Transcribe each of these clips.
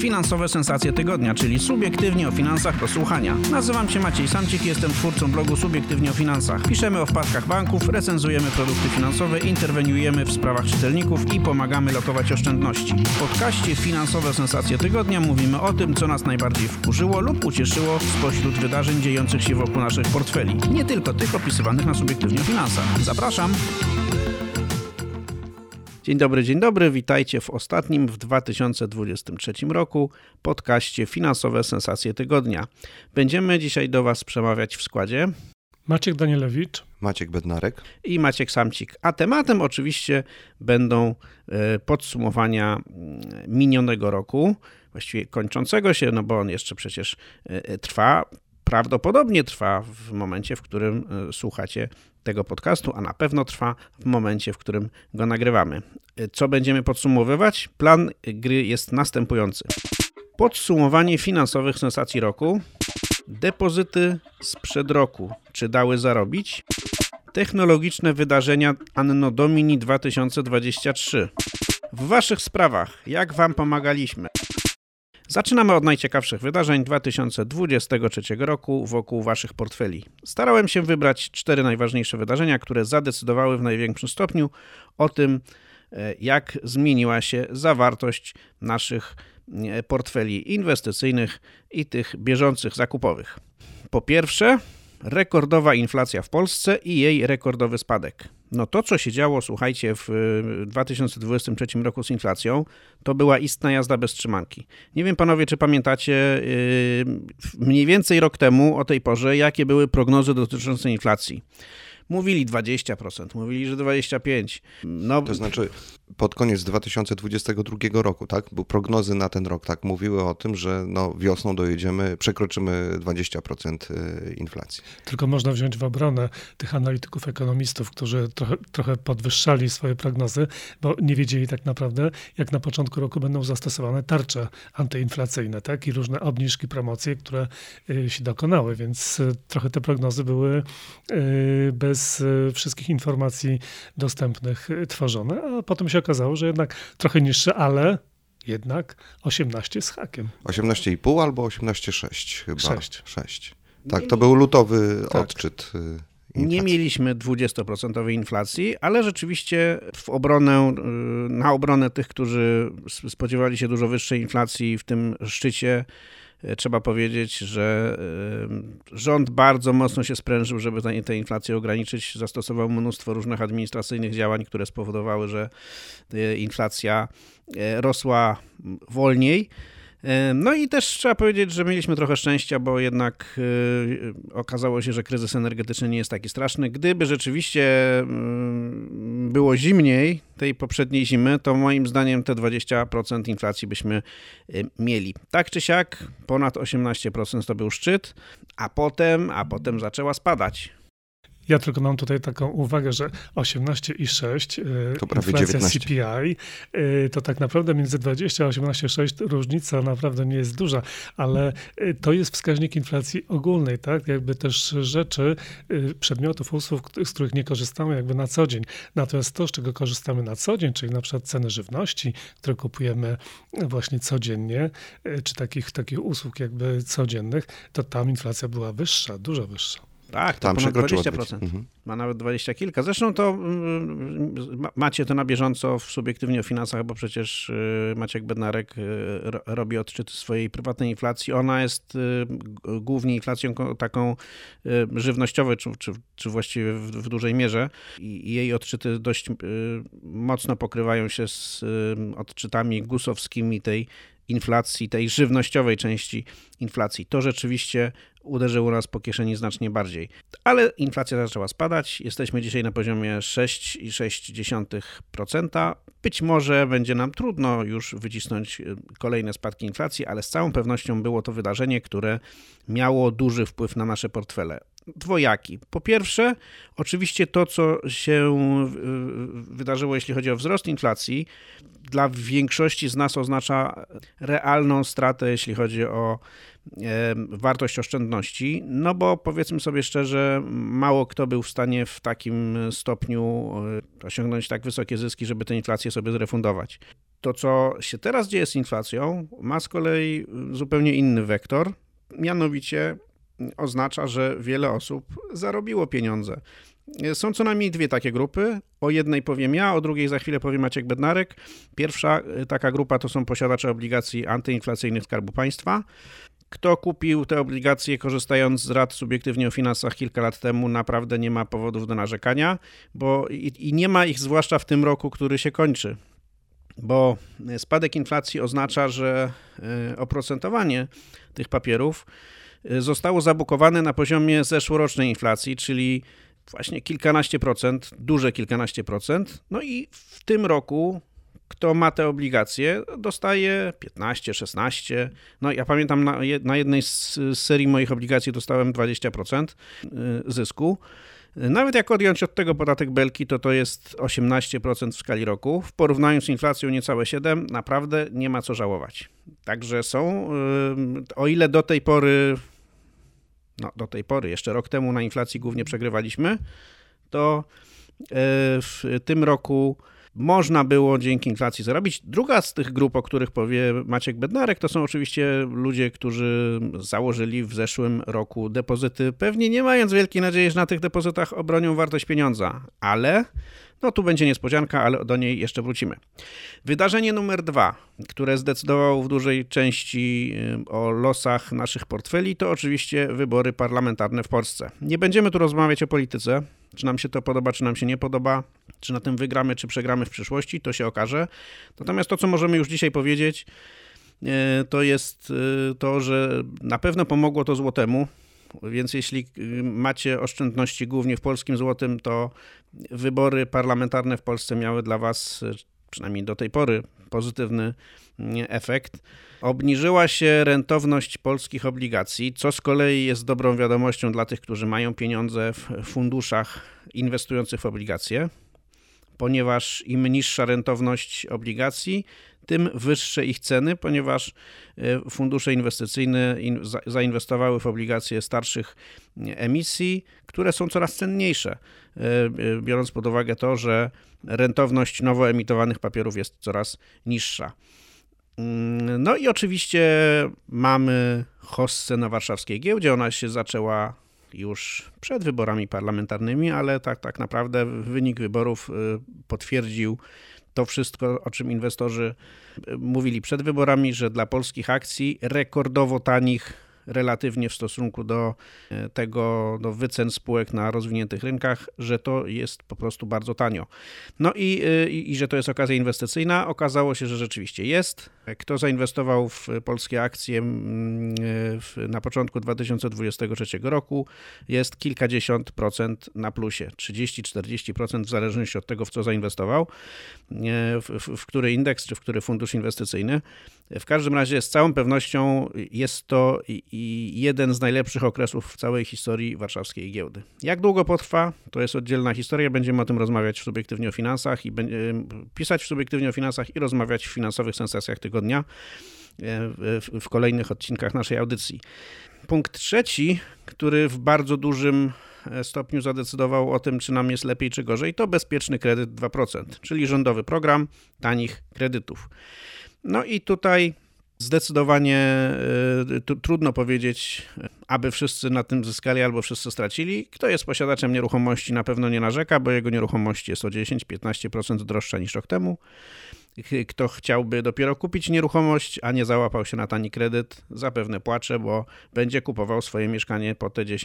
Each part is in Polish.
Finansowe sensacje tygodnia, czyli subiektywnie o finansach do słuchania. Nazywam się Maciej Samcik i jestem twórcą blogu Subiektywnie o finansach. Piszemy o wpadkach banków, recenzujemy produkty finansowe, interweniujemy w sprawach czytelników i pomagamy lokować oszczędności. W podcaście Finansowe sensacje tygodnia mówimy o tym, co nas najbardziej wkurzyło lub ucieszyło spośród wydarzeń dziejących się wokół naszych portfeli. Nie tylko tych opisywanych na Subiektywnie o finansach. Zapraszam! Dzień dobry, witajcie w ostatnim w 2023 roku podcaście Finansowe sensacje tygodnia. Będziemy dzisiaj do Was przemawiać w składzie Maciek Danielewicz, Maciek Bednarek i Maciek Samcik, a tematem oczywiście będą podsumowania minionego roku, właściwie kończącego się, no bo on jeszcze przecież trwa, prawdopodobnie trwa w momencie, w którym słuchacie tego podcastu, a na pewno trwa w momencie, w którym go nagrywamy. Co będziemy podsumowywać? Plan gry jest następujący. Podsumowanie finansowych sensacji roku. Depozyty sprzed roku. Czy dały zarobić? Technologiczne wydarzenia Anno Domini 2023. W Waszych sprawach, jak Wam pomagaliśmy? Zaczynamy od najciekawszych wydarzeń 2023 roku wokół Waszych portfeli. Starałem się wybrać 4 najważniejsze wydarzenia, które zadecydowały w największym stopniu o tym, jak zmieniła się zawartość naszych portfeli inwestycyjnych i tych bieżących, zakupowych. Po pierwsze, rekordowa inflacja w Polsce i jej rekordowy spadek. No to, co się działo, słuchajcie, w 2023 roku z inflacją, to była istna jazda bez trzymanki. Nie wiem, panowie, czy pamiętacie mniej więcej rok temu o tej porze, jakie były prognozy dotyczące inflacji. Mówili 20%, mówili, że 25%. No, to znaczy pod koniec 2022 roku, tak? Bo prognozy na ten rok tak mówiły o tym, że wiosną przekroczymy 20% inflacji. Tylko można wziąć w obronę tych analityków, ekonomistów, którzy trochę podwyższali swoje prognozy, bo nie wiedzieli tak naprawdę, jak na początku roku będą zastosowane tarcze antyinflacyjne, tak? I różne obniżki, promocje, które się dokonały, więc trochę te prognozy były bez wszystkich informacji dostępnych tworzone, a potem się okazało, że jednak trochę niższe, ale jednak 18 z hakiem. 18,5 albo 18,6 chyba. 6. Tak, to był lutowy odczyt inflacji. Nie mieliśmy 20% inflacji, ale rzeczywiście na obronę tych, którzy spodziewali się dużo wyższej inflacji w tym szczycie, trzeba powiedzieć, że rząd bardzo mocno się sprężył, żeby tę inflację ograniczyć. Zastosował mnóstwo różnych administracyjnych działań, które spowodowały, że inflacja rosła wolniej. No i też trzeba powiedzieć, że mieliśmy trochę szczęścia, bo jednak okazało się, że kryzys energetyczny nie jest taki straszny. Gdyby rzeczywiście było zimniej tej poprzedniej zimy, to moim zdaniem te 20% inflacji byśmy mieli. Tak czy siak, ponad 18% to był szczyt, a potem zaczęła spadać. Ja tylko mam tutaj taką uwagę, że 18,6 to prawie inflacja 19. CPI, to tak naprawdę między 20 a 18,6 różnica naprawdę nie jest duża, ale to jest wskaźnik inflacji ogólnej, tak? Jakby też rzeczy, przedmiotów, usług, z których nie korzystamy jakby na co dzień. Natomiast to, z czego korzystamy na co dzień, czyli na przykład ceny żywności, które kupujemy właśnie codziennie, czy takich usług jakby codziennych, to tam inflacja była wyższa, dużo wyższa. Tak, to ponad 20%. Ma nawet 20 kilka. Zresztą to macie to na bieżąco w Subiektywnie o finansach, bo przecież Maciek Bednarek robi odczyty swojej prywatnej inflacji. Ona jest głównie inflacją taką żywnościową, czy właściwie w dużej mierze. I jej odczyty dość mocno pokrywają się z odczytami GUS-owskimi tej inflacji, tej żywnościowej części inflacji. To rzeczywiście uderzyło nas po kieszeni znacznie bardziej. Ale inflacja zaczęła spadać. Jesteśmy dzisiaj na poziomie 6,6%. Być może będzie nam trudno już wycisnąć kolejne spadki inflacji, ale z całą pewnością było to wydarzenie, które miało duży wpływ na nasze portfele. Dwojaki. Po pierwsze, oczywiście to, co się wydarzyło, jeśli chodzi o wzrost inflacji, dla większości z nas oznacza realną stratę, jeśli chodzi o wartość oszczędności, no bo powiedzmy sobie szczerze, mało kto był w stanie w takim stopniu osiągnąć tak wysokie zyski, żeby tę inflację sobie zrefundować. To, co się teraz dzieje z inflacją, ma z kolei zupełnie inny wektor, mianowicie oznacza, że wiele osób zarobiło pieniądze. Są co najmniej dwie takie grupy. O jednej powiem ja, o drugiej za chwilę powie Maciek Bednarek. Pierwsza taka grupa to są posiadacze obligacji antyinflacyjnych Skarbu Państwa. Kto kupił te obligacje korzystając z rad subiektywnie o finansach kilka lat temu, naprawdę nie ma powodów do narzekania, bo i nie ma ich zwłaszcza w tym roku, który się kończy. Bo spadek inflacji oznacza, że oprocentowanie tych papierów zostało zabukowane na poziomie zeszłorocznej inflacji, czyli właśnie kilkanaście procent, duże kilkanaście procent. No i w tym roku kto ma te obligacje, dostaje 15, 16. No ja pamiętam na jednej z serii moich obligacji dostałem 20% zysku. Nawet jak odjąć od tego podatek Belki, to jest 18% w skali roku. W porównaniu z inflacją niecałe 7%, naprawdę nie ma co żałować. Także są, o ile do tej pory, jeszcze rok temu na inflacji głównie przegrywaliśmy, to w tym roku można było dzięki inflacji zarobić. Druga z tych grup, o których powie Maciek Bednarek, to są oczywiście ludzie, którzy założyli w zeszłym roku depozyty, pewnie nie mając wielkiej nadziei, że na tych depozytach obronią wartość pieniądza, ale tu będzie niespodzianka, ale do niej jeszcze wrócimy. Wydarzenie numer 2, które zdecydowało w dużej części o losach naszych portfeli, to oczywiście wybory parlamentarne w Polsce. Nie będziemy tu rozmawiać o polityce, czy nam się to podoba, czy nam się nie podoba, czy na tym wygramy, czy przegramy w przyszłości, to się okaże. Natomiast to, co możemy już dzisiaj powiedzieć, to jest to, że na pewno pomogło to złotemu, więc jeśli macie oszczędności głównie w polskim złotym, to wybory parlamentarne w Polsce miały dla was, przynajmniej do tej pory, pozytywny efekt. Obniżyła się rentowność polskich obligacji, co z kolei jest dobrą wiadomością dla tych, którzy mają pieniądze w funduszach inwestujących w obligacje, ponieważ im niższa rentowność obligacji, tym wyższe ich ceny, ponieważ fundusze inwestycyjne zainwestowały w obligacje starszych emisji, które są coraz cenniejsze, biorąc pod uwagę to, że rentowność nowo emitowanych papierów jest coraz niższa. No i oczywiście mamy hossę na warszawskiej giełdzie. Ona się zaczęła już przed wyborami parlamentarnymi, ale tak naprawdę wynik wyborów potwierdził to wszystko, o czym inwestorzy mówili przed wyborami, że dla polskich akcji rekordowo tanich relatywnie w stosunku do wycen spółek na rozwiniętych rynkach, że to jest po prostu bardzo tanio. No i że to jest okazja inwestycyjna. Okazało się, że rzeczywiście jest. Kto zainwestował w polskie akcje na początku 2023 roku, jest kilkadziesiąt procent na plusie. 30-40% w zależności od tego, w co zainwestował, w który indeks czy w który fundusz inwestycyjny. W każdym razie z całą pewnością jest to jeden z najlepszych okresów w całej historii warszawskiej giełdy. Jak długo potrwa, to jest oddzielna historia. Będziemy o tym rozmawiać w Subiektywnie o Finansach i pisać w Subiektywnie o Finansach i rozmawiać w finansowych sensacjach tygodnia w kolejnych odcinkach naszej audycji. Punkt trzeci, który w bardzo dużym stopniu zadecydował o tym, czy nam jest lepiej, czy gorzej, to bezpieczny kredyt 2%, czyli rządowy program tanich kredytów. No i tutaj zdecydowanie trudno powiedzieć, aby wszyscy na tym zyskali albo wszyscy stracili. Kto jest posiadaczem nieruchomości, na pewno nie narzeka, bo jego nieruchomość jest o 10-15% droższa niż rok temu. Kto chciałby dopiero kupić nieruchomość, a nie załapał się na tani kredyt, zapewne płacze, bo będzie kupował swoje mieszkanie po te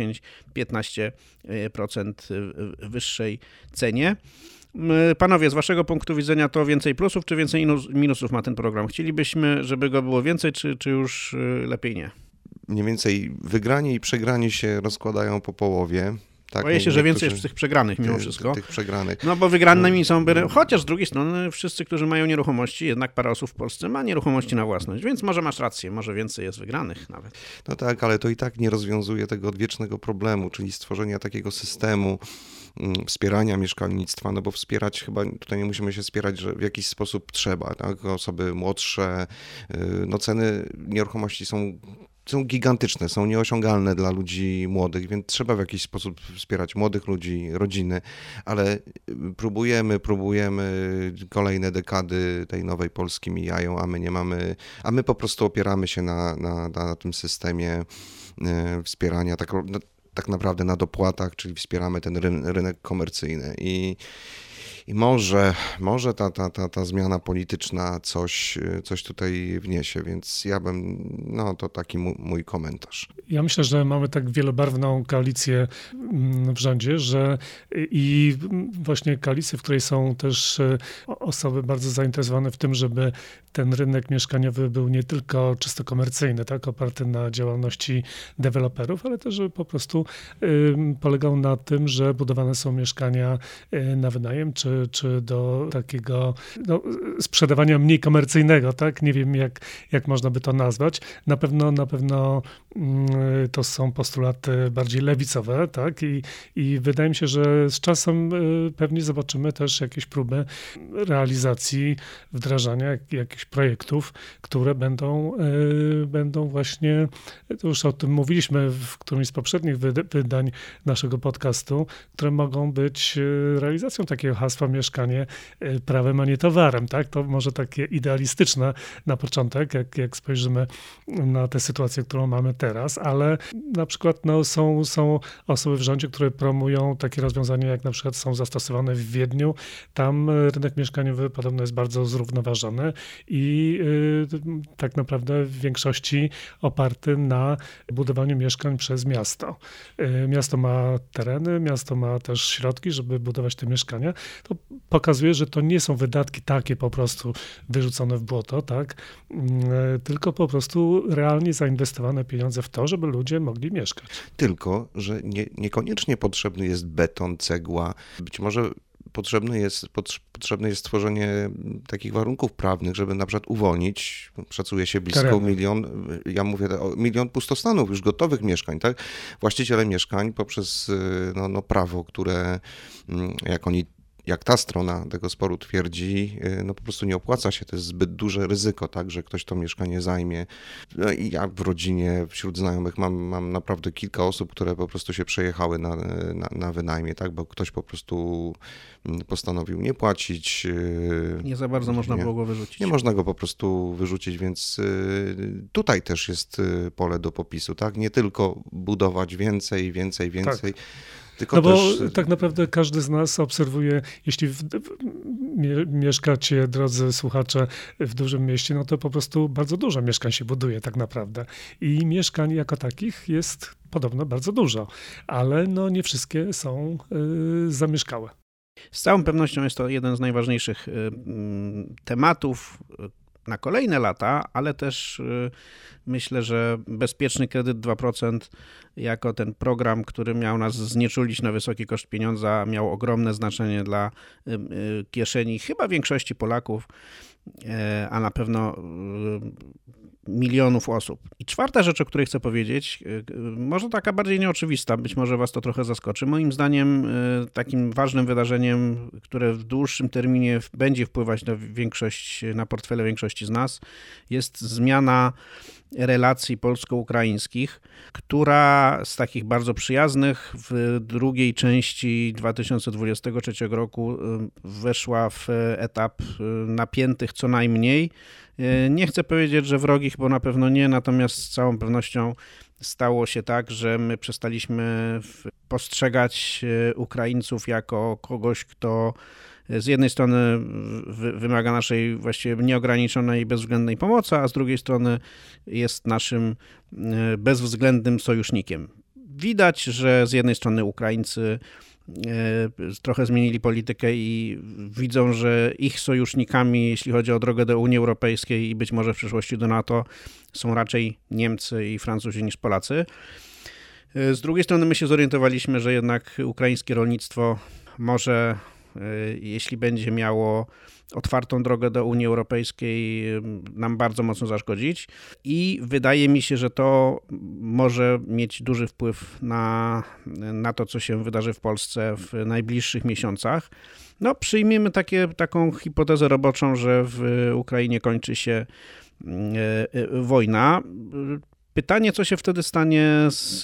10-15% wyższej cenie. Panowie, z waszego punktu widzenia to więcej plusów czy więcej minusów ma ten program? Chcielibyśmy, żeby go było więcej, czy już lepiej nie? Mniej więcej wygrani i przegrani się rozkładają po połowie. Tak, boję się, że więcej jest tych przegranych mimo wszystko. Tych przegranych. No bo wygranymi są, chociaż z drugiej strony wszyscy, którzy mają nieruchomości, jednak parę osób w Polsce ma nieruchomości na własność, więc może masz rację, może więcej jest wygranych nawet. No tak, ale to i tak nie rozwiązuje tego odwiecznego problemu, czyli stworzenia takiego systemu wspierania mieszkalnictwa, no bo wspierać chyba, tutaj nie musimy się wspierać, że w jakiś sposób trzeba, tak? Osoby młodsze, no ceny nieruchomości są są gigantyczne, są nieosiągalne dla ludzi młodych, więc trzeba w jakiś sposób wspierać młodych ludzi, rodziny, ale próbujemy, kolejne dekady tej nowej Polski mijają, a my nie mamy, a my po prostu opieramy się na tym systemie wspierania, tak naprawdę na dopłatach, czyli wspieramy ten rynek komercyjny i może ta zmiana polityczna coś tutaj wniesie, więc ja bym, to taki mój komentarz. Ja myślę, że mamy tak wielobarwną koalicję w rządzie, że i właśnie koalicję, w której są też osoby bardzo zainteresowane w tym, żeby ten rynek mieszkaniowy był nie tylko czysto komercyjny, tak, oparty na działalności deweloperów, ale też, żeby po prostu polegał na tym, że budowane są mieszkania na wynajem, czy do takiego sprzedawania mniej komercyjnego, tak? Nie wiem, jak można by to nazwać. Na pewno to są postulaty bardziej lewicowe, tak? I wydaje mi się, że z czasem pewnie zobaczymy też jakieś próby realizacji, wdrażania jakichś projektów, które będą właśnie, to już o tym mówiliśmy w którymś z poprzednich wydań naszego podcastu, które mogą być realizacją takiego hasła mieszkanie prawem, a nie towarem, tak? To może takie idealistyczne na początek, jak spojrzymy na tę sytuację, którą mamy teraz, ale na przykład są osoby w rządzie, które promują takie rozwiązania, jak na przykład są zastosowane w Wiedniu. Tam rynek mieszkaniowy podobno jest bardzo zrównoważony i tak naprawdę w większości oparty na budowaniu mieszkań przez miasto. Miasto ma tereny, miasto ma też środki, żeby budować te mieszkania. To pokazuje, że to nie są wydatki takie po prostu wyrzucone w błoto, tak? Tylko po prostu realnie zainwestowane pieniądze w to, żeby ludzie mogli mieszkać. Tylko, że niekoniecznie potrzebny jest beton, cegła. Być może potrzebne jest stworzenie takich warunków prawnych, żeby na przykład uwolnić, szacuje się blisko 1 000 000, ja mówię o 1 000 000 pustostanów, już gotowych mieszkań, tak? Właściciele mieszkań poprzez prawo, które jak ta strona tego sporu twierdzi, po prostu nie opłaca się, to jest zbyt duże ryzyko, tak, że ktoś to mieszkanie zajmie. I ja w rodzinie, wśród znajomych mam naprawdę kilka osób, które po prostu się przejechały na wynajmie, tak, bo ktoś po prostu postanowił nie płacić. Nie za bardzo można było go wyrzucić. Nie można go po prostu wyrzucić, więc tutaj też jest pole do popisu, tak, nie tylko budować więcej. Tak. No bo tak naprawdę każdy z nas obserwuje, jeśli mieszkacie, drodzy słuchacze, w dużym mieście, no to po prostu bardzo dużo mieszkań się buduje tak naprawdę. I mieszkań jako takich jest podobno bardzo dużo, ale nie wszystkie są zamieszkałe. Z całą pewnością jest to jeden z najważniejszych tematów na kolejne lata, ale też myślę, że bezpieczny kredyt 2% jako ten program, który miał nas znieczulić na wysoki koszt pieniądza, miał ogromne znaczenie dla kieszeni chyba większości Polaków, a na pewno milionów osób. I czwarta rzecz, o której chcę powiedzieć, może taka bardziej nieoczywista, być może was to trochę zaskoczy. Moim zdaniem takim ważnym wydarzeniem, które w dłuższym terminie będzie wpływać na portfele większości z nas, jest zmiana relacji polsko-ukraińskich, która z takich bardzo przyjaznych w drugiej części 2023 roku weszła w etap napiętych co najmniej. Nie chcę powiedzieć, że wrogich, bo na pewno nie, natomiast z całą pewnością stało się tak, że my przestaliśmy postrzegać Ukraińców jako kogoś, kto z jednej strony wymaga naszej właściwie nieograniczonej, bezwzględnej pomocy, a z drugiej strony jest naszym bezwzględnym sojusznikiem. Widać, że z jednej strony Ukraińcy trochę zmienili politykę i widzą, że ich sojusznikami, jeśli chodzi o drogę do Unii Europejskiej i być może w przyszłości do NATO, są raczej Niemcy i Francuzi niż Polacy. Z drugiej strony my się zorientowaliśmy, że jednak ukraińskie rolnictwo może, jeśli będzie miało otwartą drogę do Unii Europejskiej, nam bardzo mocno zaszkodzić i wydaje mi się, że to może mieć duży wpływ na to, co się wydarzy w Polsce w najbliższych miesiącach. Przyjmiemy taką hipotezę roboczą, że w Ukrainie kończy się wojna. Pytanie, co się wtedy stanie z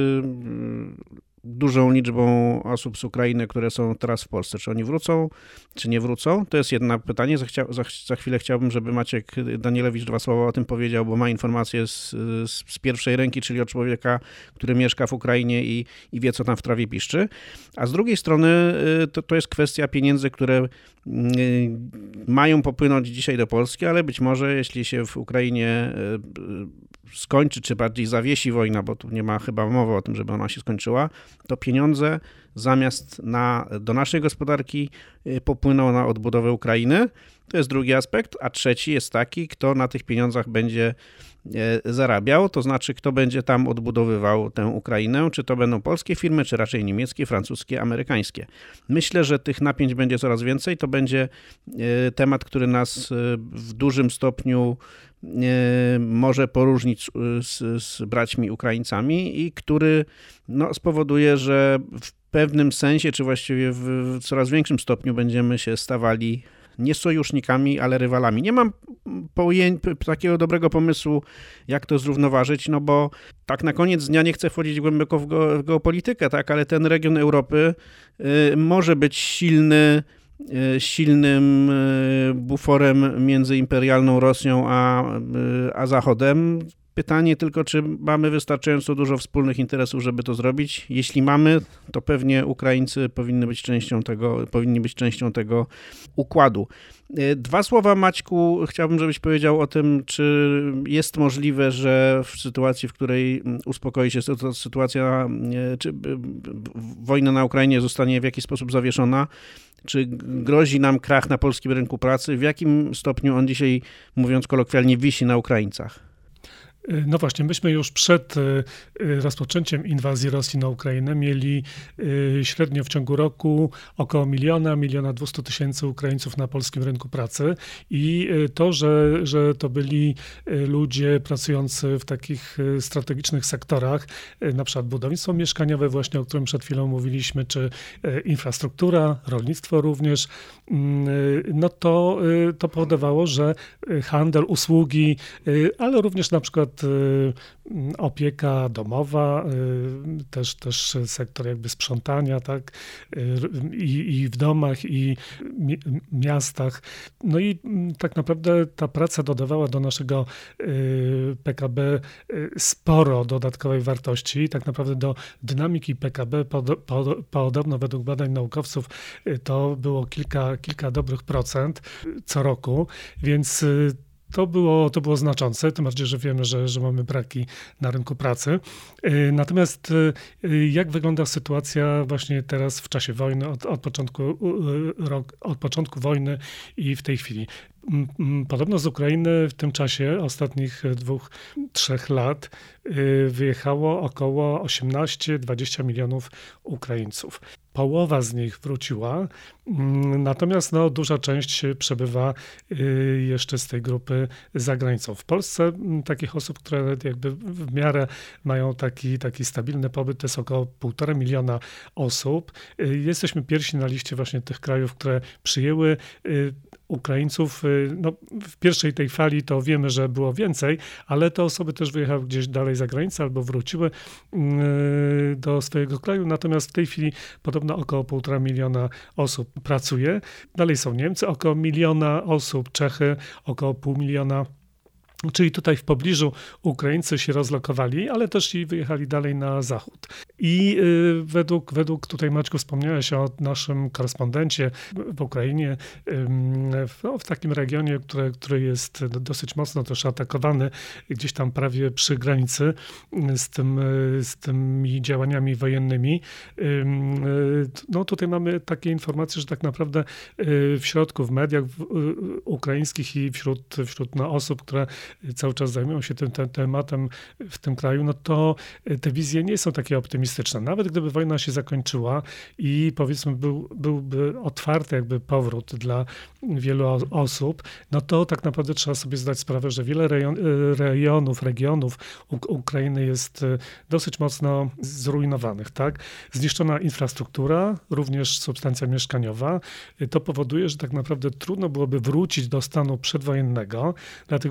dużą liczbą osób z Ukrainy, które są teraz w Polsce. Czy oni wrócą, czy nie wrócą? To jest jedno pytanie. Za chwilę chciałbym, żeby Maciek Danielewicz 2 słowa o tym powiedział, bo ma informacje z pierwszej ręki, czyli od człowieka, który mieszka w Ukrainie i wie, co tam w trawie piszczy. A z drugiej strony to jest kwestia pieniędzy, które mają popłynąć dzisiaj do Polski, ale być może jeśli się w Ukrainie skończy, czy bardziej zawiesi wojna, bo tu nie ma chyba mowy o tym, żeby ona się skończyła, to pieniądze zamiast do naszej gospodarki popłyną na odbudowę Ukrainy. To jest drugi aspekt, a trzeci jest taki, kto na tych pieniądzach będzie zarabiał, to znaczy kto będzie tam odbudowywał tę Ukrainę, czy to będą polskie firmy, czy raczej niemieckie, francuskie, amerykańskie. Myślę, że tych napięć będzie coraz więcej, to będzie temat, który nas w dużym stopniu może poróżnić z braćmi Ukraińcami i który spowoduje, że w pewnym sensie, czy właściwie w coraz większym stopniu będziemy się stawali nie sojusznikami, ale rywalami. Nie mam takiego dobrego pomysłu, jak to zrównoważyć, bo tak na koniec dnia nie chcę wchodzić głęboko w geopolitykę, tak, ale ten region Europy może być silnym buforem między imperialną Rosją a Zachodem. Pytanie tylko, czy mamy wystarczająco dużo wspólnych interesów, żeby to zrobić. Jeśli mamy, to pewnie Ukraińcy powinni być częścią tego układu. 2 słowa, Maćku, chciałbym, żebyś powiedział o tym, czy jest możliwe, że w sytuacji, w której uspokoi się sytuacja, czy wojna na Ukrainie zostanie w jakiś sposób zawieszona, czy grozi nam krach na polskim rynku pracy? W jakim stopniu on dzisiaj, mówiąc kolokwialnie, wisi na Ukraińcach? No właśnie, myśmy już przed rozpoczęciem inwazji Rosji na Ukrainę mieli średnio w ciągu roku około 1,2 tysiąca Ukraińców na polskim rynku pracy i to, że to byli ludzie pracujący w takich strategicznych sektorach, na przykład budownictwo mieszkaniowe właśnie, o którym przed chwilą mówiliśmy, czy infrastruktura, rolnictwo również, no to powodowało, że handel, usługi, ale również na przykład opieka domowa, też sektor jakby sprzątania, tak, i w domach, i miastach. No i tak naprawdę ta praca dodawała do naszego PKB sporo dodatkowej wartości. Tak naprawdę do dynamiki PKB podobno według badań naukowców to było kilka dobrych procent co roku, więc to było znaczące, tym bardziej, że wiemy, że mamy braki na rynku pracy. Natomiast jak wygląda sytuacja właśnie teraz w czasie wojny, od początku wojny i w tej chwili? Podobno z Ukrainy w tym czasie, ostatnich 2-3 lat, wyjechało około 18-20 milionów Ukraińców. Połowa z nich wróciła, natomiast duża część przebywa jeszcze z tej grupy za granicą. W Polsce takich osób, które jakby w miarę mają taki stabilny pobyt, to jest około 1,5 miliona osób. Jesteśmy pierwsi na liście właśnie tych krajów, które przyjęły Ukraińców. W pierwszej tej fali to wiemy, że było więcej, ale te osoby też wyjechały gdzieś dalej za granicę albo wróciły do swojego kraju. Natomiast w tej chwili podobno około 1,5 miliona osób pracuje. Dalej są Niemcy, około 1 miliona osób, Czechy, około 0,5 miliona. Czyli tutaj w pobliżu Ukraińcy się rozlokowali, ale też i wyjechali dalej na zachód. I według tutaj Maćku wspomniałeś o naszym korespondencie w Ukrainie, w takim regionie, który jest dosyć mocno też atakowany, gdzieś tam prawie przy granicy z tymi działaniami wojennymi. Tutaj mamy takie informacje, że tak naprawdę w środku, w mediach ukraińskich i wśród osób, które cały czas zajmują się tym tematem w tym kraju, to te wizje nie są takie optymistyczne. Nawet gdyby wojna się zakończyła i powiedzmy byłby otwarty jakby powrót dla wielu osób, to tak naprawdę trzeba sobie zdać sprawę, że wiele regionów Ukrainy jest dosyć mocno zrujnowanych, tak? Zniszczona infrastruktura, również substancja mieszkaniowa. To powoduje, że tak naprawdę trudno byłoby wrócić do stanu przedwojennego, dlatego że nie za bardzo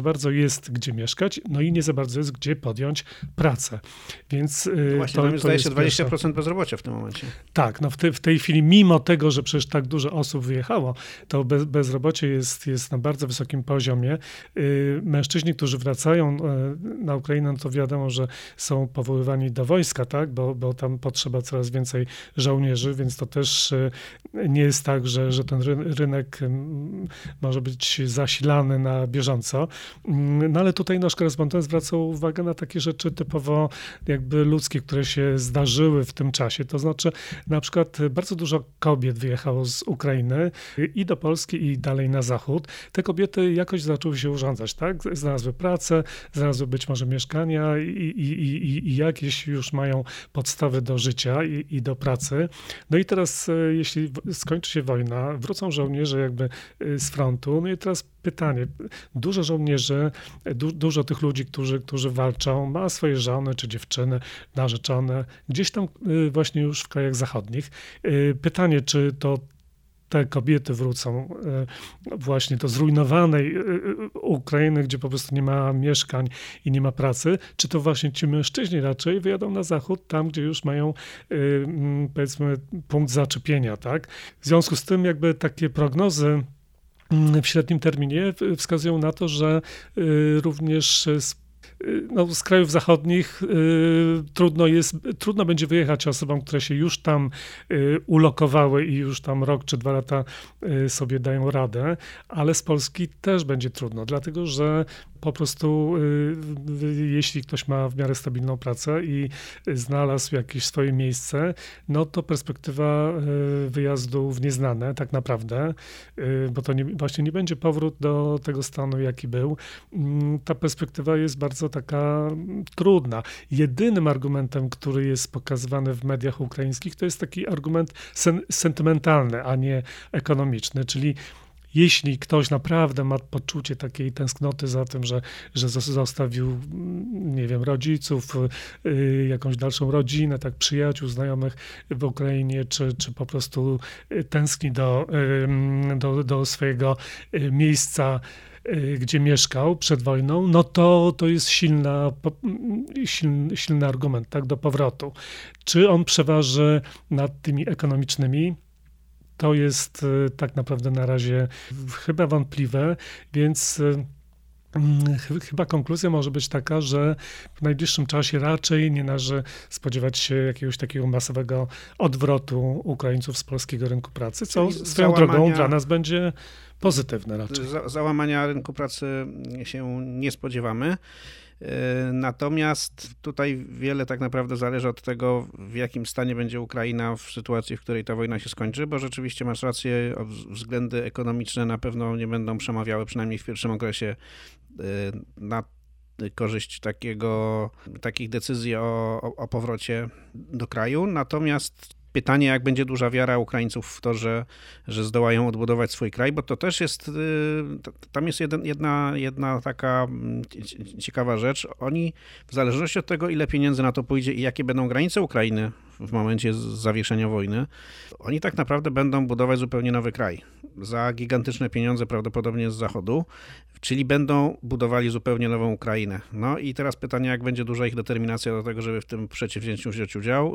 bardzo jest gdzie mieszkać, no i nie za bardzo jest gdzie podjąć pracę. Więc właśnie, tam zdaje się 20% bezrobocia w tym momencie. Tak, no w tej chwili, mimo tego, że przecież tak dużo osób wyjechało, to bezrobocie jest na bardzo wysokim poziomie. Mężczyźni, którzy wracają na Ukrainę, no to wiadomo, że są powoływani do wojska, tak, bo tam potrzeba coraz więcej żołnierzy, więc to też nie jest tak, że ten rynek może być zasilany na bieżąco. No ale tutaj nasz korespondent zwracał uwagę na takie rzeczy typowo jakby ludzkie, które się zdarzyły w tym czasie. To znaczy na przykład bardzo dużo kobiet wyjechało z Ukrainy i do Polski i dalej na zachód. Te kobiety jakoś zaczęły się urządzać, tak? Znalazły pracę, znalazły być może mieszkania i jakieś już mają podstawy do życia i do pracy. No i teraz, jeśli skończy się wojna, wrócą żołnierze jakby z frontu. No i teraz pytanie. Dużo żołnierzy, dużo tych ludzi, którzy walczą, ma swoje żony czy dziewczyny, narzeczone, gdzieś tam właśnie już w krajach zachodnich. Pytanie, czy to te kobiety wrócą właśnie do zrujnowanej Ukrainy, gdzie po prostu nie ma mieszkań i nie ma pracy, czy to właśnie ci mężczyźni raczej wyjadą na zachód, tam gdzie już mają powiedzmy punkt zaczepienia, tak? W związku z tym jakby takie prognozy w średnim terminie wskazują na to, że również z krajów zachodnich trudno będzie wyjechać osobom, które się już tam ulokowały i już tam rok czy 2 lata sobie dają radę, ale z Polski też będzie trudno, dlatego że po prostu jeśli ktoś ma w miarę stabilną pracę i znalazł jakieś swoje miejsce, no to perspektywa wyjazdu w nieznane tak naprawdę, bo to właśnie nie będzie powrót do tego stanu, jaki był. Ta perspektywa jest bardzo taka trudna. Jedynym argumentem, który jest pokazywany w mediach ukraińskich, to jest taki argument sentymentalny, a nie ekonomiczny, czyli jeśli ktoś naprawdę ma poczucie takiej tęsknoty za tym, że zostawił, nie wiem, rodziców, jakąś dalszą rodzinę, tak, przyjaciół, znajomych w Ukrainie, czy po prostu tęskni do swojego miejsca, gdzie mieszkał przed wojną, no to jest silny argument, tak, do powrotu. Czy on przeważy nad tymi ekonomicznymi? To jest tak naprawdę na razie chyba wątpliwe, więc chyba konkluzja może być taka, że w najbliższym czasie raczej nie należy spodziewać się jakiegoś takiego masowego odwrotu Ukraińców z polskiego rynku pracy, co swoją drogą dla nas będzie pozytywne raczej. Załamania rynku pracy się nie spodziewamy. Natomiast tutaj wiele tak naprawdę zależy od tego, w jakim stanie będzie Ukraina w sytuacji, w której ta wojna się skończy, bo rzeczywiście masz rację, względy ekonomiczne na pewno nie będą przemawiały, przynajmniej w pierwszym okresie, na korzyść takich decyzji o powrocie do kraju. Natomiast pytanie, jak będzie duża wiara Ukraińców w to, że zdołają odbudować swój kraj, bo to też jest, tam jest jedna taka ciekawa rzecz. Oni, w zależności od tego, ile pieniędzy na to pójdzie i jakie będą granice Ukrainy w momencie zawieszenia wojny, oni tak naprawdę będą budować zupełnie nowy kraj. Za gigantyczne pieniądze prawdopodobnie z Zachodu, czyli będą budowali zupełnie nową Ukrainę. No i teraz pytanie, jak będzie duża ich determinacja do tego, żeby w tym przedsięwzięciu wziąć udział.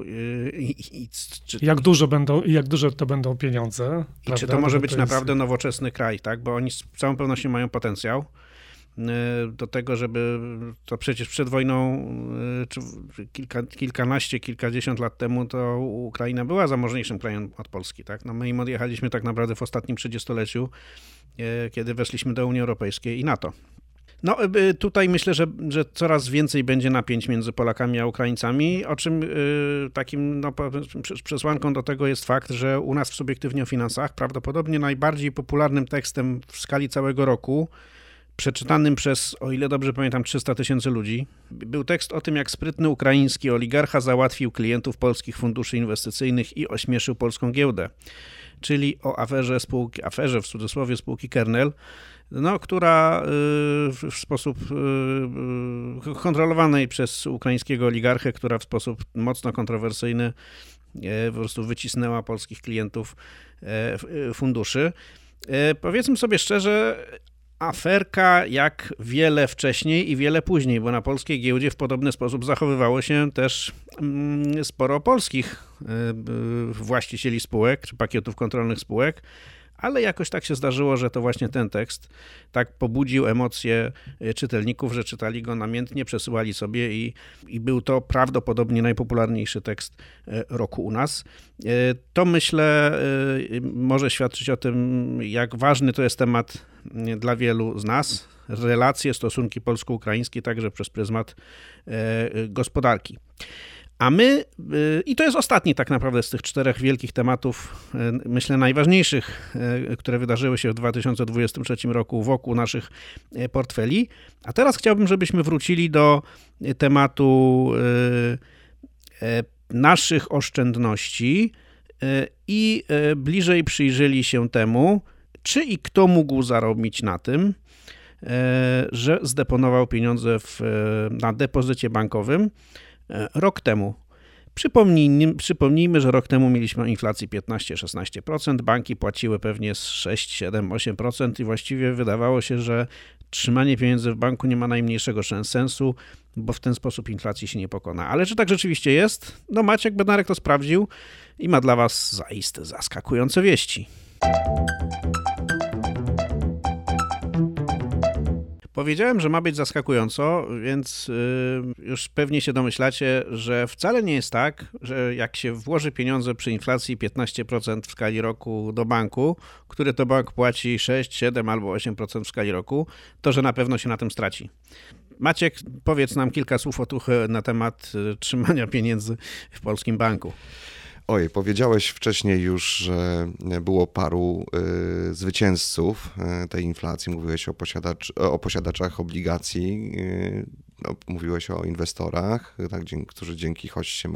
Jak duże to będą pieniądze. I czy to może być naprawdę nowoczesny kraj, tak? Bo oni z całą pewnością mają potencjał do tego, żeby to przecież przed wojną, czy kilkanaście, kilkadziesiąt lat temu, to Ukraina była zamożniejszym krajem od Polski, tak? No my im odjechaliśmy tak naprawdę w ostatnim 30-leciu, kiedy weszliśmy do Unii Europejskiej i NATO. No tutaj myślę, że coraz więcej będzie napięć między Polakami a Ukraińcami, o czym takim przesłanką do tego jest fakt, że u nas w Subiektywnie o Finansach prawdopodobnie najbardziej popularnym tekstem w skali całego roku, przeczytanym przez, o ile dobrze pamiętam, 300 000 ludzi, był tekst o tym, jak sprytny ukraiński oligarcha załatwił klientów polskich funduszy inwestycyjnych i ośmieszył polską giełdę. Czyli o aferze w cudzysłowie spółki Kernel, no, która w sposób kontrolowanej przez ukraińskiego oligarchę, która w sposób mocno kontrowersyjny po prostu wycisnęła polskich klientów funduszy. Powiedzmy sobie szczerze, aferka jak wiele wcześniej i wiele później, bo na polskiej giełdzie w podobny sposób zachowywało się też sporo polskich właścicieli spółek czy pakietów kontrolnych spółek, ale jakoś tak się zdarzyło, że to właśnie ten tekst tak pobudził emocje czytelników, że czytali go namiętnie, przesyłali sobie i był to prawdopodobnie najpopularniejszy tekst roku u nas. To myślę może świadczyć o tym, jak ważny to jest temat dla wielu z nas. Relacje, stosunki polsko-ukraińskie także przez pryzmat gospodarki. A my, i to jest ostatni tak naprawdę z tych 4 wielkich tematów, myślę najważniejszych, które wydarzyły się w 2023 roku wokół naszych portfeli. A teraz chciałbym, żebyśmy wrócili do tematu naszych oszczędności i bliżej przyjrzeli się temu, czy i kto mógł zarobić na tym, że zdeponował pieniądze na depozycie bankowym rok temu. Przypomnijmy, że rok temu mieliśmy inflację 15-16%, banki płaciły pewnie 6, 7, 8% i właściwie wydawało się, że trzymanie pieniędzy w banku nie ma najmniejszego sensu, bo w ten sposób inflacji się nie pokona. Ale czy tak rzeczywiście jest? No Maciek Bednarek to sprawdził i ma dla was zaiste zaskakujące wieści. Powiedziałem, że ma być zaskakująco, więc już pewnie się domyślacie, że wcale nie jest tak, że jak się włoży pieniądze przy inflacji 15% w skali roku do banku, który to bank płaci 6, 7 albo 8% w skali roku, to że na pewno się na tym straci. Maciek, powiedz nam kilka słów otuchy na temat trzymania pieniędzy w polskim banku. Oj, powiedziałeś wcześniej już, że było paru zwycięzców tej inflacji. Mówiłeś o posiadaczach obligacji, mówiłeś o inwestorach, tak, którzy dzięki hoście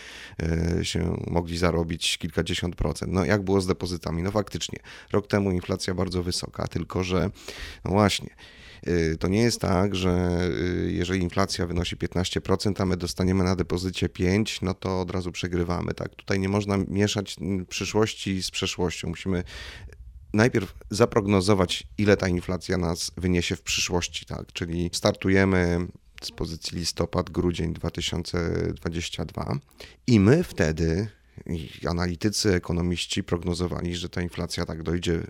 mogli zarobić kilkadziesiąt procent. No jak było z depozytami? No faktycznie, rok temu inflacja bardzo wysoka, tylko że no właśnie, to nie jest tak, że jeżeli inflacja wynosi 15%, a my dostaniemy na depozycie 5%, no to od razu przegrywamy. Tak? Tutaj nie można mieszać przyszłości z przeszłością. Musimy najpierw zaprognozować, ile ta inflacja nas wyniesie w przyszłości. Tak? Czyli startujemy z pozycji listopad-grudzień 2022 i my wtedy... Analitycy, ekonomiści prognozowali, że ta inflacja tak dojdzie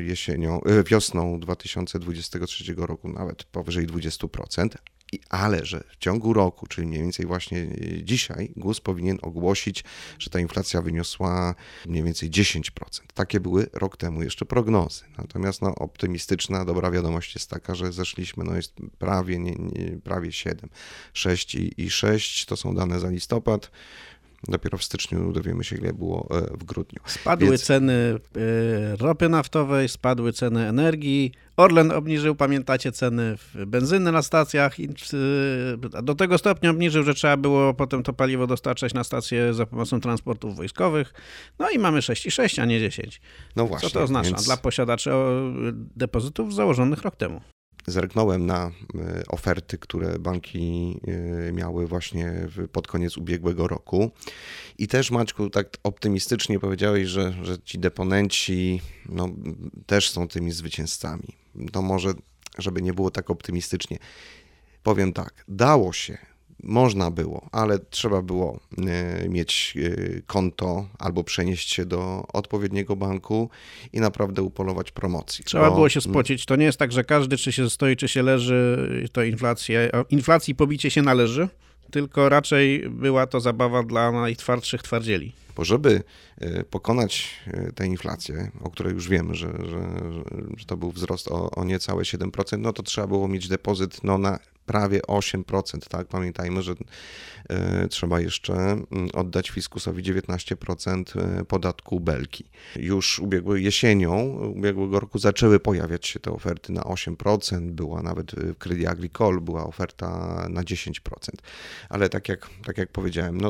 wiosną 2023 roku nawet powyżej 20%, ale że w ciągu roku, czyli mniej więcej właśnie dzisiaj, GUS powinien ogłosić, że ta inflacja wyniosła mniej więcej 10%. Takie były rok temu jeszcze prognozy. Natomiast optymistyczna, dobra wiadomość jest taka, że zeszliśmy, jest prawie 7. 6 i 6 to są dane za listopad. Dopiero w styczniu dowiemy się, ile było w grudniu. Spadły ceny ropy naftowej, spadły ceny energii. Orlen obniżył, pamiętacie, ceny benzyny na stacjach. Do tego stopnia obniżył, że trzeba było potem to paliwo dostarczać na stację za pomocą transportów wojskowych. No i mamy 6,6, a nie 10. No właśnie. Co to oznacza dla posiadaczy depozytów założonych rok temu? Zerknąłem na oferty, które banki miały właśnie pod koniec ubiegłego roku i też, Maćku, tak optymistycznie powiedziałeś, że ci deponenci też są tymi zwycięzcami. To może, żeby nie było tak optymistycznie, powiem tak, dało się, można było, ale trzeba było mieć konto albo przenieść się do odpowiedniego banku i naprawdę upolować promocji. Trzeba było się spocić. To nie jest tak, że każdy czy się stoi, czy się leży, to inflacji pobicie się należy, tylko raczej była to zabawa dla najtwardszych twardzieli. Bo żeby pokonać tę inflację, o której już wiemy, że to był wzrost o niecałe 7%, no to trzeba było mieć depozyt na prawie 8%. Tak? Pamiętajmy, że trzeba jeszcze oddać fiskusowi 19% podatku belki. Już jesienią ubiegłego roku zaczęły pojawiać się te oferty na 8%, była nawet w Crédit Agricole była oferta na 10%. Ale tak jak powiedziałem,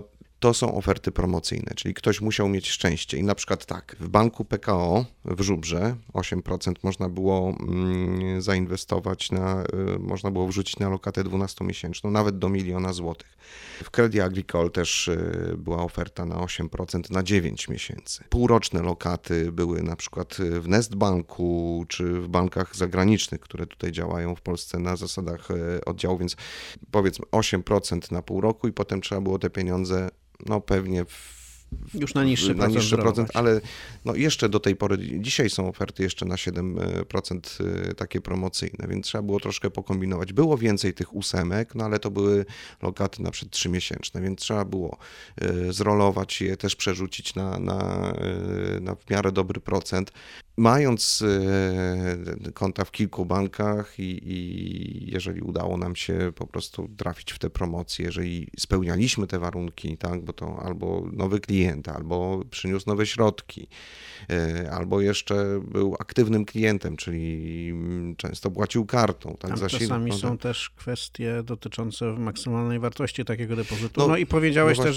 to są oferty promocyjne, czyli ktoś musiał mieć szczęście i na przykład tak, w banku PKO w Żubrze 8% można było zainwestować można było wrzucić na lokatę 12-miesięczną, nawet do 1 000 000 złotych. W Crédit Agricole też była oferta na 8% na 9 miesięcy. Półroczne lokaty były na przykład w Nestbanku czy w bankach zagranicznych, które tutaj działają w Polsce na zasadach oddziału, więc powiedzmy 8% na pół roku i potem trzeba było te pieniądze pewnie już na niższy procent, ale jeszcze do tej pory, dzisiaj są oferty jeszcze na 7% takie promocyjne, więc trzeba było troszkę pokombinować. Było więcej tych 8, ale to były lokaty na przykład 3-miesięczne, więc trzeba było zrolować je, też przerzucić na w miarę dobry procent. Mając konta w kilku bankach i jeżeli udało nam się po prostu trafić w te promocje, jeżeli spełnialiśmy te warunki, tak, bo to albo nowy klient, albo przyniósł nowe środki, albo jeszcze był aktywnym klientem, czyli często płacił kartą. Tak, tam czasami są też kwestie dotyczące maksymalnej wartości takiego depozytu. I powiedziałeś też,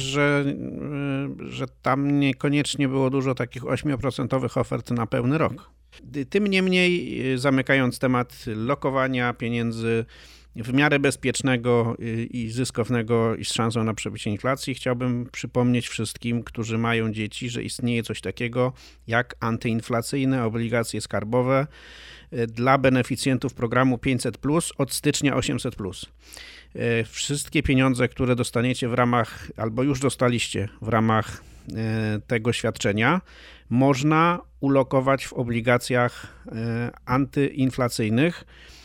że tam niekoniecznie było dużo takich 8% ofert na pełny rok. Tym niemniej, zamykając temat lokowania pieniędzy w miarę bezpiecznego i zyskownego i z szansą na przebicie inflacji, chciałbym przypomnieć wszystkim, którzy mają dzieci, że istnieje coś takiego jak antyinflacyjne obligacje skarbowe dla beneficjentów programu 500+ od stycznia 800+. Wszystkie pieniądze, które dostaniecie w ramach, albo już dostaliście w ramach tego świadczenia, można ulokować w obligacjach antyinflacyjnych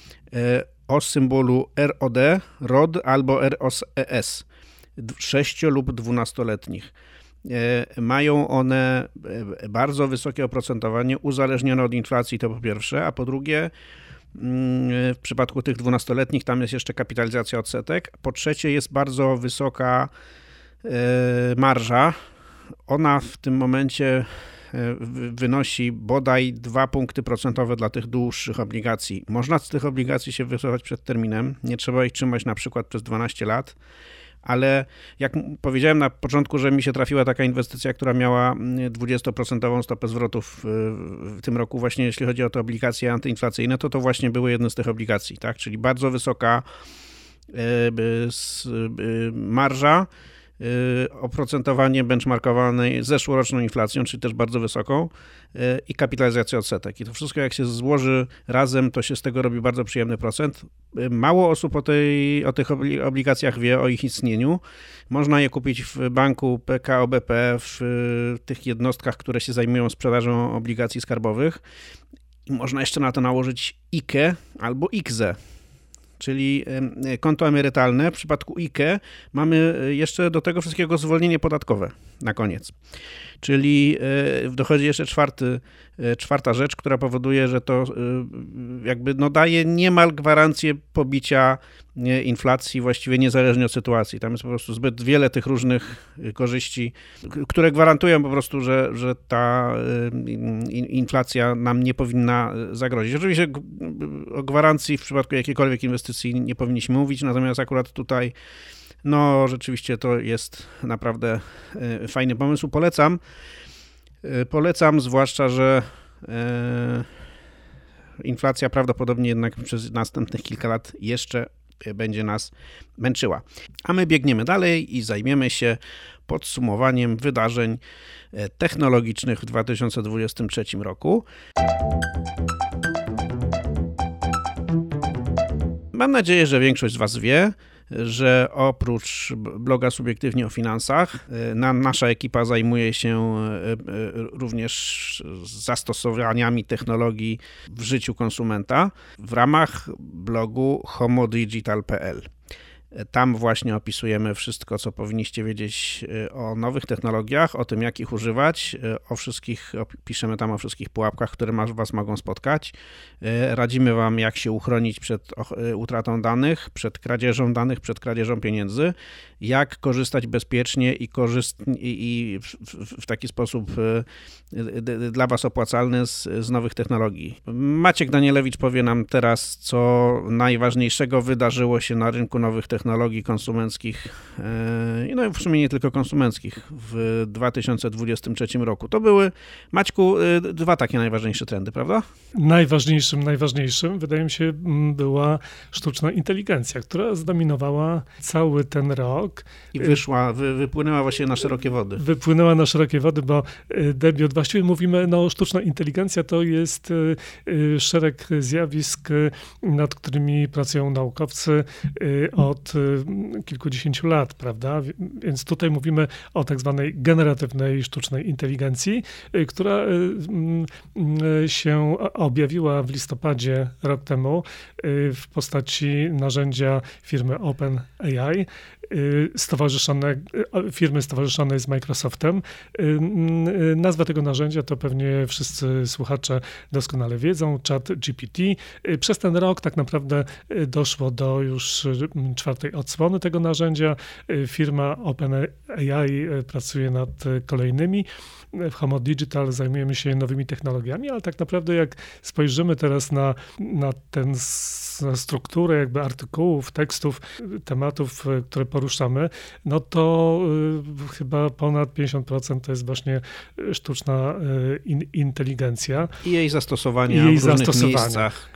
o symbolu ROD albo ROS 6 lub 12-letnich. Mają one bardzo wysokie oprocentowanie uzależnione od inflacji, to po pierwsze, a po drugie w przypadku tych 12-letnich tam jest jeszcze kapitalizacja odsetek. Po trzecie jest bardzo wysoka marża. Ona w tym momencie wynosi bodaj 2 punkty procentowe dla tych dłuższych obligacji. Można z tych obligacji się wycofać przed terminem, nie trzeba ich trzymać na przykład przez 12 lat, ale jak powiedziałem na początku, że mi się trafiła taka inwestycja, która miała 20% stopę zwrotów w tym roku właśnie jeśli chodzi o te obligacje antyinflacyjne, to właśnie były jedne z tych obligacji, tak? Czyli bardzo wysoka marża, oprocentowanie benchmarkowane zeszłoroczną inflacją, czyli też bardzo wysoką i kapitalizacja odsetek. I to wszystko jak się złoży razem, to się z tego robi bardzo przyjemny procent. Mało osób o tych obligacjach wie, o ich istnieniu. Można je kupić w banku PKO BP, w tych jednostkach, które się zajmują sprzedażą obligacji skarbowych. I można jeszcze na to nałożyć IKE albo IKZE. Czyli konto emerytalne. W przypadku IKE mamy jeszcze do tego wszystkiego zwolnienie podatkowe na koniec. Czyli dochodzi jeszcze czwarta rzecz, która powoduje, że to jakby daje niemal gwarancję pobicia inflacji właściwie niezależnie od sytuacji. Tam jest po prostu zbyt wiele tych różnych korzyści, które gwarantują po prostu, że ta inflacja nam nie powinna zagrozić. Oczywiście o gwarancji w przypadku jakiejkolwiek inwestycji nie powinniśmy mówić, natomiast akurat tutaj rzeczywiście to jest naprawdę fajny pomysł. Polecam, zwłaszcza, że inflacja prawdopodobnie jednak przez następnych kilka lat jeszcze będzie nas męczyła. A my biegniemy dalej i zajmiemy się podsumowaniem wydarzeń technologicznych w 2023 roku. Mam nadzieję, że większość z Was wie, że oprócz bloga Subiektywnie o Finansach, nasza ekipa zajmuje się również zastosowaniami technologii w życiu konsumenta w ramach blogu homodigital.pl. Tam właśnie opisujemy wszystko, co powinniście wiedzieć o nowych technologiach, o tym, jak ich używać, piszemy tam o wszystkich pułapkach, które Was mogą spotkać. Radzimy Wam, jak się uchronić przed utratą danych, przed kradzieżą pieniędzy, jak korzystać bezpiecznie i w taki sposób dla Was opłacalny z nowych technologii. Maciek Danielewicz powie nam teraz, co najważniejszego wydarzyło się na rynku nowych technologii technologii konsumenckich, no w sumie nie tylko konsumenckich, w 2023 roku. To były, Maćku, dwa takie najważniejsze trendy, prawda? Najważniejszym, wydaje mi się, była sztuczna inteligencja, która zdominowała cały ten rok. I wypłynęła właśnie na szerokie wody. Wypłynęła na szerokie wody, bo debiut, właściwie mówimy, sztuczna inteligencja to jest szereg zjawisk, nad którymi pracują naukowcy od kilkudziesięciu lat, prawda? Więc tutaj mówimy o tak zwanej generatywnej sztucznej inteligencji, która się objawiła w listopadzie rok temu w postaci narzędzia firmy OpenAI, firmy stowarzyszonej z Microsoftem. Nazwa tego narzędzia to pewnie wszyscy słuchacze doskonale wiedzą, ChatGPT. Przez ten rok tak naprawdę doszło do już 4. odsłony tego narzędzia. Firma OpenAI pracuje nad kolejnymi. W Homo Digital zajmujemy się nowymi technologiami, ale tak naprawdę jak spojrzymy teraz na na strukturę jakby artykułów, tekstów, tematów, które poruszamy, no to chyba ponad 50% to jest właśnie sztuczna inteligencja. I jej zastosowania w różnych miejscach,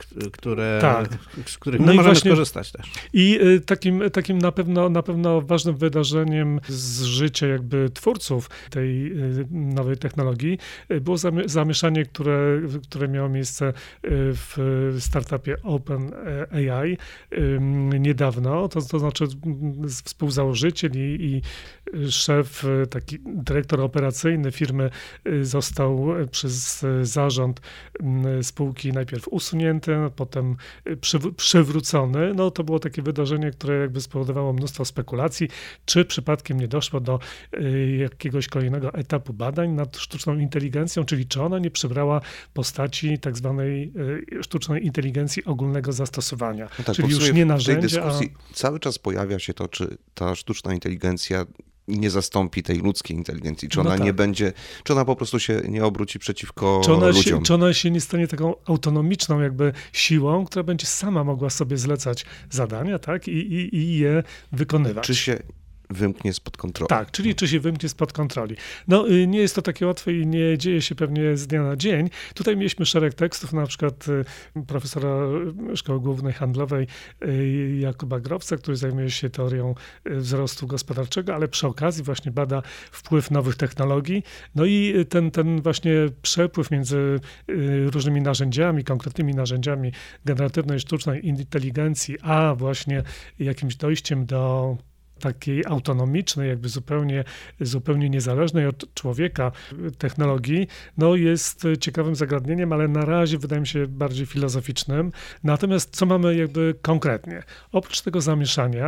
z których my możemy skorzystać też. I takim na pewno ważnym wydarzeniem z życia jakby twórców tej nowej technologii było zamieszanie, które miało miejsce w startupie OpenAI niedawno, to znaczy współzałożyciel i szef, taki dyrektor operacyjny firmy został przez zarząd spółki najpierw usunięty, potem przywrócony. No to było takie wydarzenie, które jakby spowodowało mnóstwo spekulacji, czy przypadkiem nie doszło do jakiegoś kolejnego etapu badań nad sztuczną inteligencją, czyli czy ona nie przybrała postaci tak zwanej sztucznej inteligencji ogólnego zastosowania. No tak, czyli już nie narzędzia, w tej dyskusji cały czas pojawia się to, czy ta sztuczna inteligencja nie zastąpi tej ludzkiej inteligencji, czy ona nie będzie, czy ona po prostu się nie obróci przeciwko ludziom. Czy ona się nie stanie taką autonomiczną jakby siłą, która będzie sama mogła sobie zlecać zadania, tak, i je wykonywać. Czy się wymknie spod kontroli. Tak, czyli czy się wymknie spod kontroli. No nie jest to takie łatwe i nie dzieje się pewnie z dnia na dzień. Tutaj mieliśmy szereg tekstów, na przykład profesora Szkoły Głównej Handlowej Jakuba Growca, który zajmuje się teorią wzrostu gospodarczego, ale przy okazji właśnie bada wpływ nowych technologii. No i ten właśnie przepływ między różnymi narzędziami, konkretnymi narzędziami generatywnej sztucznej inteligencji, a właśnie jakimś dojściem do takiej autonomicznej, jakby zupełnie niezależnej od człowieka technologii, no jest ciekawym zagadnieniem, ale na razie wydaje mi się bardziej filozoficznym. Natomiast co mamy jakby konkretnie? Oprócz tego zamieszania,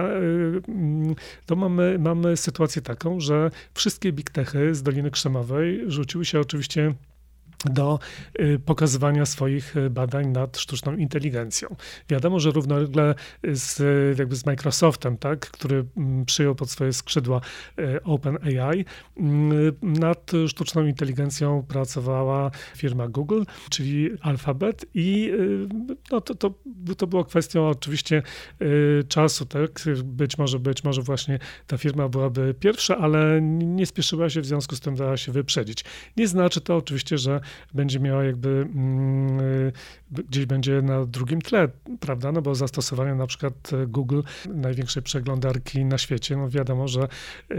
to mamy sytuację taką, że wszystkie big techy z Doliny Krzemowej rzuciły się oczywiście do pokazywania swoich badań nad sztuczną inteligencją. Wiadomo, że równolegle z Microsoftem, tak, który przyjął pod swoje skrzydła OpenAI, nad sztuczną inteligencją pracowała firma Google, czyli Alphabet i no to była kwestią oczywiście czasu, tak, być może właśnie ta firma byłaby pierwsza, ale nie spieszyła się, w związku z tym dała się wyprzedzić. Nie znaczy to oczywiście, że będzie miała jakby, gdzieś będzie na drugim tle, prawda, no bo zastosowania na przykład Google, największej przeglądarki na świecie, no wiadomo, że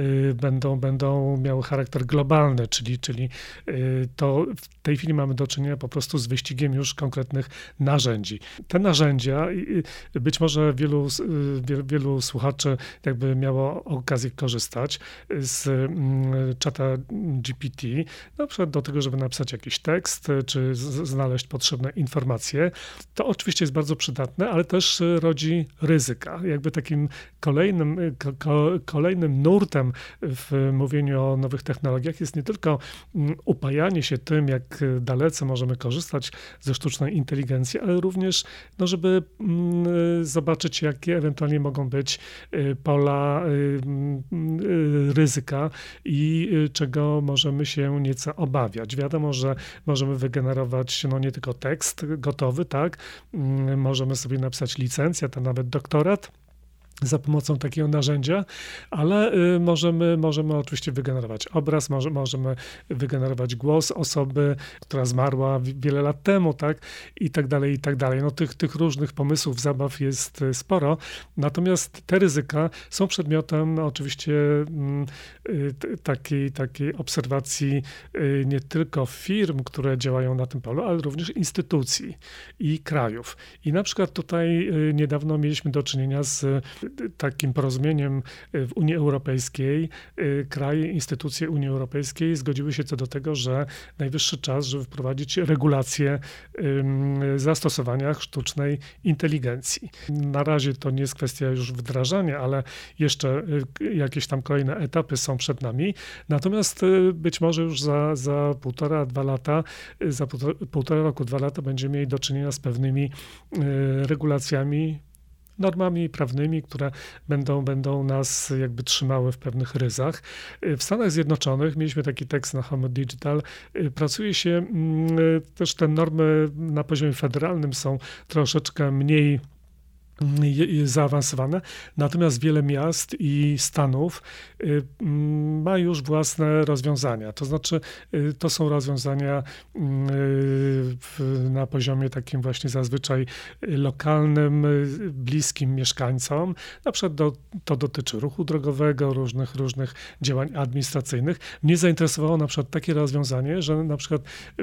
będą miały charakter globalny, czyli to w tej chwili mamy do czynienia po prostu z wyścigiem już konkretnych narzędzi. Te narzędzia, być może wielu słuchaczy jakby miało okazję korzystać z czata GPT, na przykład do tego, żeby napisać jakiś tekst, czy znaleźć potrzebne informacje. To oczywiście jest bardzo przydatne, ale też rodzi ryzyka. Jakby takim kolejnym nurtem w mówieniu o nowych technologiach jest nie tylko upajanie się tym, jak dalece możemy korzystać ze sztucznej inteligencji, ale również, no, żeby zobaczyć, jakie ewentualnie mogą być pola ryzyka i czego możemy się nieco obawiać. Wiadomo, że możemy wygenerować no, nie tylko tekst gotowy, tak, możemy sobie napisać licencjat, a nawet doktorat. za pomocą takiego narzędzia, ale możemy oczywiście wygenerować obraz, możemy wygenerować głos osoby, która zmarła wiele lat temu, tak? I tak dalej, i tak dalej. No tych różnych pomysłów, zabaw jest sporo, natomiast te ryzyka są przedmiotem oczywiście takiej obserwacji nie tylko firm, które działają na tym polu, ale również instytucji i krajów. I na przykład tutaj niedawno mieliśmy do czynienia z takim porozumieniem w Unii Europejskiej. Kraje, instytucje Unii Europejskiej zgodziły się co do tego, że najwyższy czas, żeby wprowadzić regulacje zastosowania sztucznej inteligencji. Na razie to nie jest kwestia już wdrażania, ale jeszcze jakieś tam kolejne etapy są przed nami. Natomiast być może już za półtora roku, 2 lata będziemy mieli do czynienia z pewnymi regulacjami, normami prawnymi, które będą nas jakby trzymały w pewnych ryzach. W Stanach Zjednoczonych mieliśmy taki tekst na Homo Digital. Pracuje się też te normy na poziomie federalnym są troszeczkę mniej zaawansowane, natomiast wiele miast i stanów ma już własne rozwiązania. To znaczy, to są rozwiązania na poziomie takim właśnie zazwyczaj lokalnym, bliskim mieszkańcom. Na przykład to dotyczy ruchu drogowego, różnych działań administracyjnych. Mnie zainteresowało na przykład takie rozwiązanie, że na przykład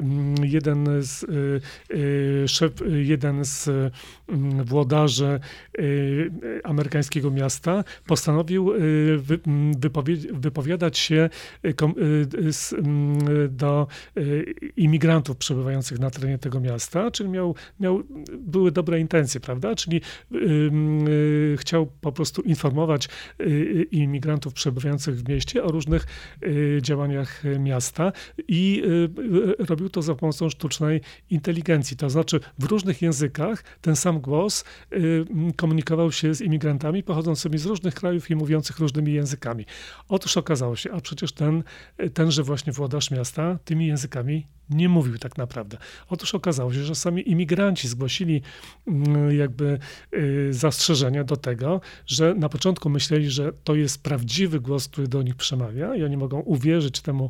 jeden z włodarzy amerykańskiego miasta postanowił wypowiadać się do imigrantów przebywających na terenie tego miasta, czyli były dobre intencje, prawda? Czyli chciał po prostu informować imigrantów przebywających w mieście o różnych działaniach miasta i robił to za pomocą sztucznej inteligencji. To znaczy w różnych językach ten sam głos komunikował się z imigrantami pochodzącymi z różnych krajów i mówiących różnymi językami. Otóż okazało się, a przecież tenże właśnie włodarz miasta tymi językami nie mówił tak naprawdę. Otóż okazało się, że sami imigranci zgłosili jakby zastrzeżenia do tego, że na początku myśleli, że to jest prawdziwy głos, który do nich przemawia i oni mogą uwierzyć temu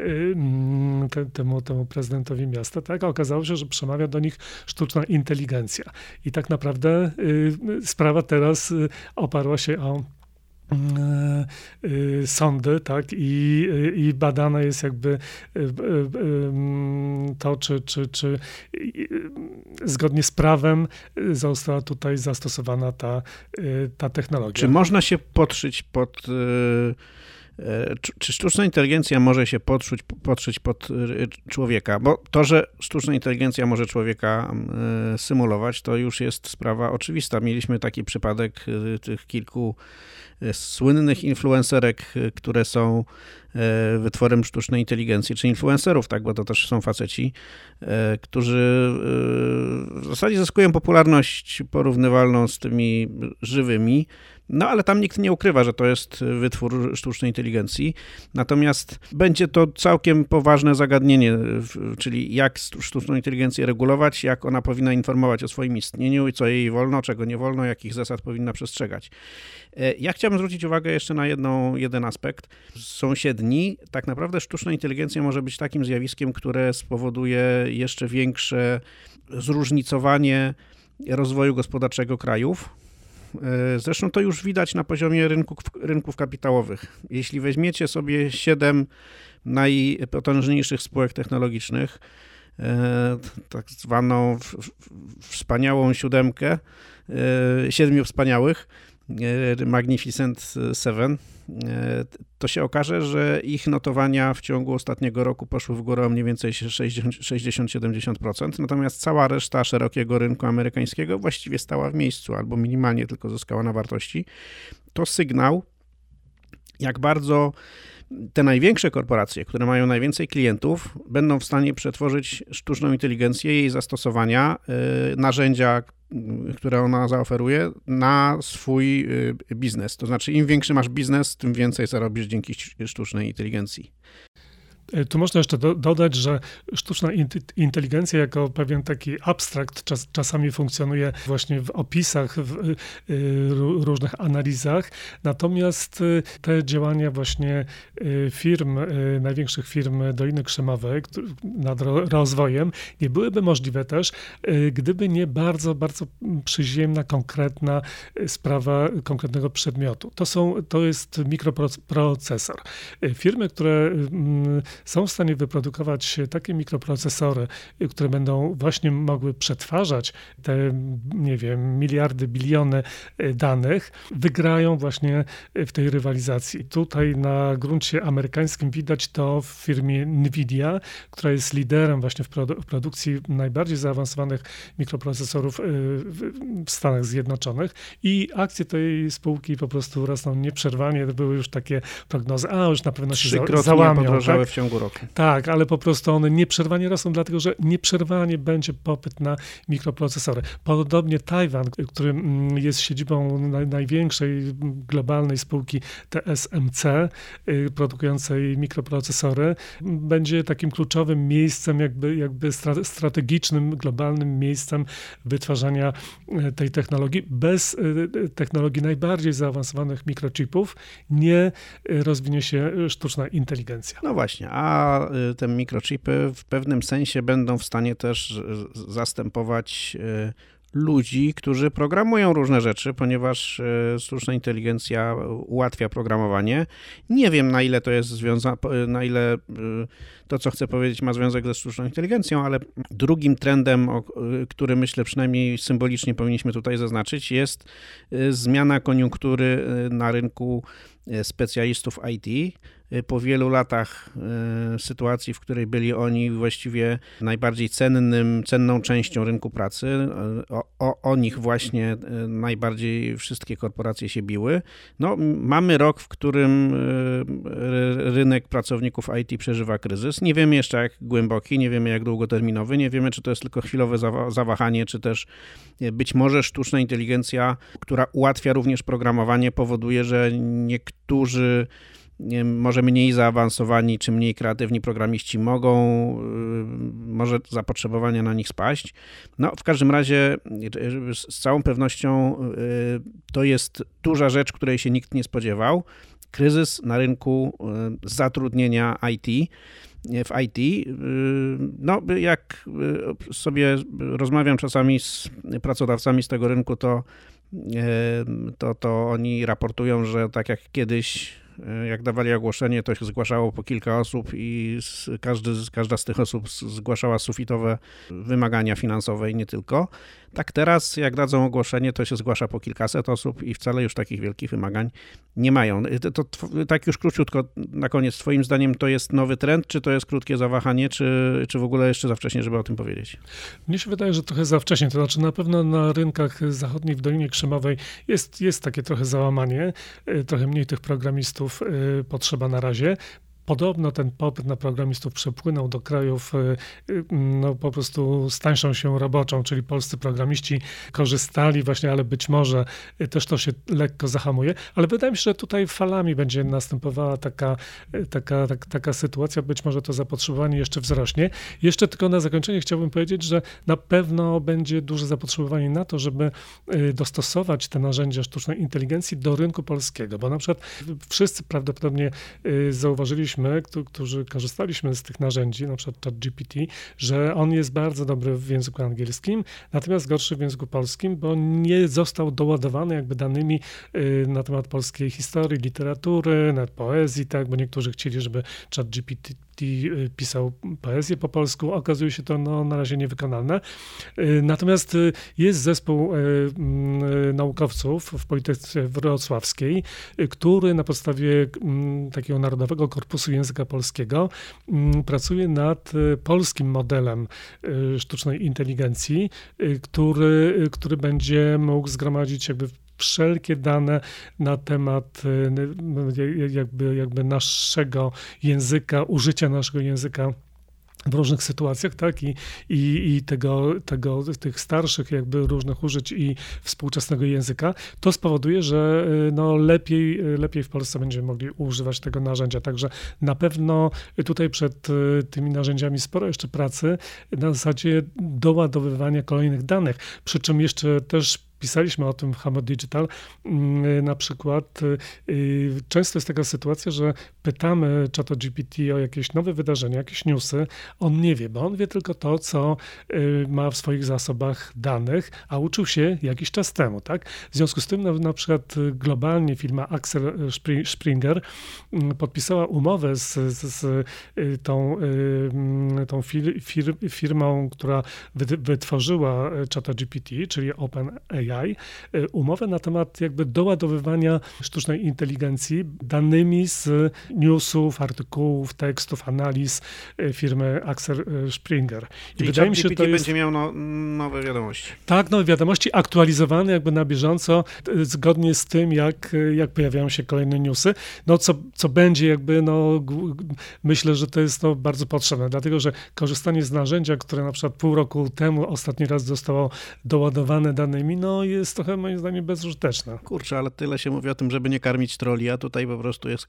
prezydentowi miasta, tak? A okazało się, że przemawia do nich sztuczna inteligencja. I tak naprawdę sprawa teraz oparła się o sądy, tak, i badane jest jakby to, czy zgodnie z prawem została tutaj zastosowana ta technologia. Czy można się podszyć czy sztuczna inteligencja może się podszyć pod człowieka? Bo to, że sztuczna inteligencja może człowieka symulować, to już jest sprawa oczywista. Mieliśmy taki przypadek tych kilku słynnych influencerek, które są wytworem sztucznej inteligencji, czy influencerów, tak, bo to też są faceci, którzy w zasadzie zyskują popularność porównywalną z tymi żywymi, no ale tam nikt nie ukrywa, że to jest wytwór sztucznej inteligencji. Natomiast będzie to całkiem poważne zagadnienie, czyli jak sztuczną inteligencję regulować, jak ona powinna informować o swoim istnieniu i co jej wolno, czego nie wolno, jakich zasad powinna przestrzegać. Ja chciałbym zwrócić uwagę jeszcze na jeden aspekt sąsiedni. Tak naprawdę sztuczna inteligencja może być takim zjawiskiem, które spowoduje jeszcze większe zróżnicowanie rozwoju gospodarczego krajów. Zresztą to już widać na poziomie rynków kapitałowych. Jeśli weźmiecie sobie 7 najpotężniejszych spółek technologicznych, tak zwaną wspaniałą 7, 7 wspaniałych, Magnificent Seven, to się okaże, że ich notowania w ciągu ostatniego roku poszły w górę o mniej więcej 60-70%, natomiast cała reszta szerokiego rynku amerykańskiego właściwie stała w miejscu albo minimalnie tylko zyskała na wartości. To sygnał, jak bardzo te największe korporacje, które mają najwięcej klientów, będą w stanie przetworzyć sztuczną inteligencję, jej zastosowania, narzędzia, które ona zaoferuje, na swój biznes. To znaczy, im większy masz biznes, tym więcej zarobisz dzięki sztucznej inteligencji. Tu można jeszcze dodać, że sztuczna inteligencja jako pewien taki abstrakt czasami funkcjonuje właśnie w opisach, w różnych analizach, natomiast te działania właśnie firm, największych firm Doliny Krzemowej nad rozwojem nie byłyby możliwe też, gdyby nie bardzo, bardzo przyziemna, konkretna sprawa konkretnego przedmiotu. To jest mikroprocesor. Firmy, które są w stanie wyprodukować takie mikroprocesory, które będą właśnie mogły przetwarzać te, nie wiem, miliardy, biliony danych, wygrają właśnie w tej rywalizacji. Tutaj na gruncie amerykańskim widać to w firmie NVIDIA, która jest liderem właśnie w produkcji najbardziej zaawansowanych mikroprocesorów w Stanach Zjednoczonych i akcje tej spółki po prostu rosną nieprzerwanie. To były już takie prognozy, już na pewno się załamią. Podrożały w ciągu roku. Tak, ale po prostu one nieprzerwanie rosną, dlatego że nieprzerwanie będzie popyt na mikroprocesory. Podobnie Tajwan, który jest siedzibą największej globalnej spółki TSMC, produkującej mikroprocesory, będzie takim kluczowym miejscem, jakby strategicznym, globalnym miejscem wytwarzania tej technologii. Bez technologii najbardziej zaawansowanych mikrochipów nie rozwinie się sztuczna inteligencja. No właśnie, a te mikrochipy w pewnym sensie będą w stanie też zastępować ludzi, którzy programują różne rzeczy, ponieważ sztuczna inteligencja ułatwia programowanie. Nie wiem, na ile to jest na ile to, co chcę powiedzieć, ma związek ze sztuczną inteligencją, ale drugim trendem, który myślę przynajmniej symbolicznie powinniśmy tutaj zaznaczyć, jest zmiana koniunktury na rynku specjalistów IT. Po wielu latach sytuacji, w której byli oni właściwie najbardziej cenną częścią rynku pracy, o nich właśnie najbardziej wszystkie korporacje się biły. No, mamy rok, w którym rynek pracowników IT przeżywa kryzys. Nie wiemy jeszcze jak głęboki, nie wiemy jak długoterminowy, nie wiemy czy to jest tylko chwilowe zawahanie, czy też być może sztuczna inteligencja, która ułatwia również programowanie, powoduje, że niektórzy może mniej zaawansowani czy mniej kreatywni programiści może zapotrzebowanie na nich spaść. No, w każdym razie z całą pewnością to jest duża rzecz, której się nikt nie spodziewał. Kryzys na rynku zatrudnienia w IT. No, jak sobie rozmawiam czasami z pracodawcami z tego rynku, to oni raportują, że tak jak kiedyś, jak dawali ogłoszenie, to się zgłaszało po kilka osób i każda z tych osób zgłaszała sufitowe wymagania finansowe i nie tylko. Tak teraz, jak dadzą ogłoszenie, to się zgłasza po kilkaset osób i wcale już takich wielkich wymagań nie mają. To tak już króciutko na koniec, twoim zdaniem to jest nowy trend, czy to jest krótkie zawahanie, czy w ogóle jeszcze za wcześnie, żeby o tym powiedzieć? Mnie się wydaje, że trochę za wcześnie, to znaczy na pewno na rynkach zachodnich w Dolinie Krzemowej jest takie trochę załamanie, trochę mniej tych programistów potrzeba na razie. Podobno ten popyt na programistów przepłynął do krajów no, po prostu z tańszą się roboczą, czyli polscy programiści korzystali właśnie, ale być może też to się lekko zahamuje, ale wydaje mi się, że tutaj falami będzie następowała taka sytuacja, być może to zapotrzebowanie jeszcze wzrośnie. Jeszcze tylko na zakończenie chciałbym powiedzieć, że na pewno będzie duże zapotrzebowanie na to, żeby dostosować te narzędzia sztucznej inteligencji do rynku polskiego, bo na przykład wszyscy prawdopodobnie zauważyliśmy, którzy korzystaliśmy z tych narzędzi, na przykład ChatGPT, że on jest bardzo dobry w języku angielskim, natomiast gorszy w języku polskim, bo nie został doładowany jakby danymi na temat polskiej historii, literatury, nawet poezji, tak, bo niektórzy chcieli, żeby ChatGPT pisał poezję po polsku. Okazuje się to na razie niewykonalne. Natomiast jest zespół naukowców w Politechnice Wrocławskiej, który na podstawie takiego Narodowego Korpusu Języka Polskiego pracuje nad polskim modelem sztucznej inteligencji, który będzie mógł zgromadzić jakby wszelkie dane na temat jakby naszego języka, użycia naszego języka w różnych sytuacjach, tak? I tych starszych jakby różnych użyć i współczesnego języka, to spowoduje, że no lepiej w Polsce będziemy mogli używać tego narzędzia. Także na pewno tutaj przed tymi narzędziami sporo jeszcze pracy na zasadzie doładowywania kolejnych danych. Przy czym jeszcze też pisaliśmy o tym w Hammer Digital. Na przykład często jest taka sytuacja, że pytamy ChatGPT o jakieś nowe wydarzenia, jakieś newsy. On nie wie, bo on wie tylko to, co ma w swoich zasobach danych, a uczył się jakiś czas temu, tak? W związku z tym na przykład globalnie firma Axel Springer podpisała umowę z tą firmą, która wytworzyła ChatGPT, czyli OpenAI, umowę na temat jakby doładowywania sztucznej inteligencji danymi z newsów, artykułów, tekstów, analiz firmy Axel Springer. I wydaje mi się, że to będzie miał nowe wiadomości. Tak, nowe wiadomości, aktualizowane jakby na bieżąco, zgodnie z tym, jak pojawiają się kolejne newsy. No co będzie jakby, no myślę, że to jest bardzo potrzebne, dlatego że korzystanie z narzędzia, które na przykład pół roku temu ostatni raz zostało doładowane danymi, no jest trochę moim zdaniem bezużyteczne. Kurczę, ale tyle się mówi o tym, żeby nie karmić trolli, a tutaj po prostu jest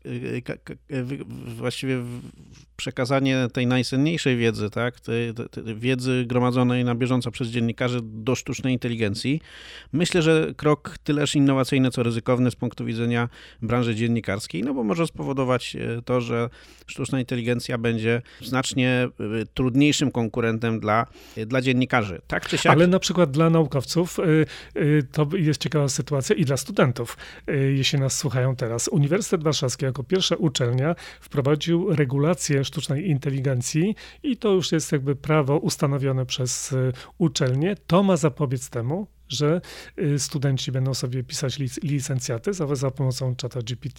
właściwie przekazanie tej najcenniejszej wiedzy, tak, tej wiedzy gromadzonej na bieżąco przez dziennikarzy do sztucznej inteligencji. Myślę, że krok tyleż innowacyjny, co ryzykowny z punktu widzenia branży dziennikarskiej, no bo może spowodować to, że sztuczna inteligencja będzie znacznie trudniejszym konkurentem dla dziennikarzy. Tak czy siak. Ale na przykład dla naukowców to jest ciekawa sytuacja i dla studentów, jeśli nas słuchają teraz. Uniwersytet Warszawski jako pierwsza uczelnia wprowadził regulację sztucznej inteligencji i to już jest jakby prawo ustanowione przez uczelnię. To ma zapobiec temu, że studenci będą sobie pisać licencjaty za pomocą ChatGPT,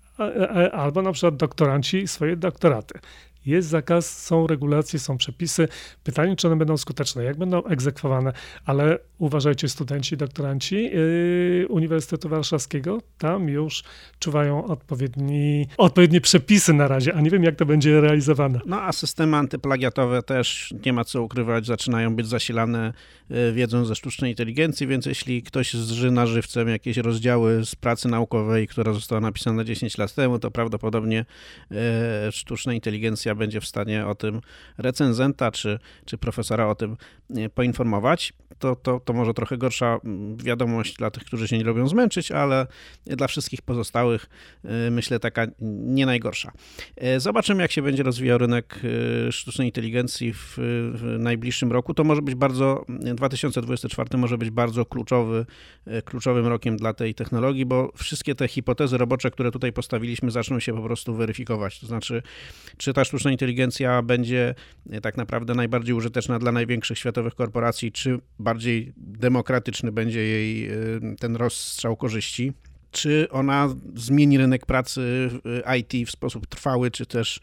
albo na przykład doktoranci swoje doktoraty. Jest zakaz, są regulacje, są przepisy. Pytanie, czy one będą skuteczne, jak będą egzekwowane, ale uważajcie, studenci, doktoranci Uniwersytetu Warszawskiego, tam już czuwają odpowiednie przepisy na razie, a nie wiem, jak to będzie realizowane. No a systemy antyplagiatowe też, nie ma co ukrywać, zaczynają być zasilane wiedzą ze sztucznej inteligencji, więc jeśli ktoś zżyna żywcem jakieś rozdziały z pracy naukowej, która została napisana 10 lat temu, to prawdopodobnie sztuczna inteligencja będzie w stanie o tym recenzenta czy profesora o tym poinformować. To może trochę gorsza wiadomość dla tych, którzy się nie lubią zmęczyć, ale dla wszystkich pozostałych myślę taka nie najgorsza. Zobaczymy, jak się będzie rozwijał rynek sztucznej inteligencji w najbliższym roku. To może być 2024 może być bardzo kluczowym rokiem dla tej technologii, bo wszystkie te hipotezy robocze, które tutaj postawiliśmy, zaczną się po prostu weryfikować. To znaczy, czy ta sztuczna inteligencja będzie tak naprawdę najbardziej użyteczna dla największych światowych korporacji, czy bardziej demokratyczny będzie jej ten rozstrzał korzyści, czy ona zmieni rynek pracy w IT w sposób trwały, czy też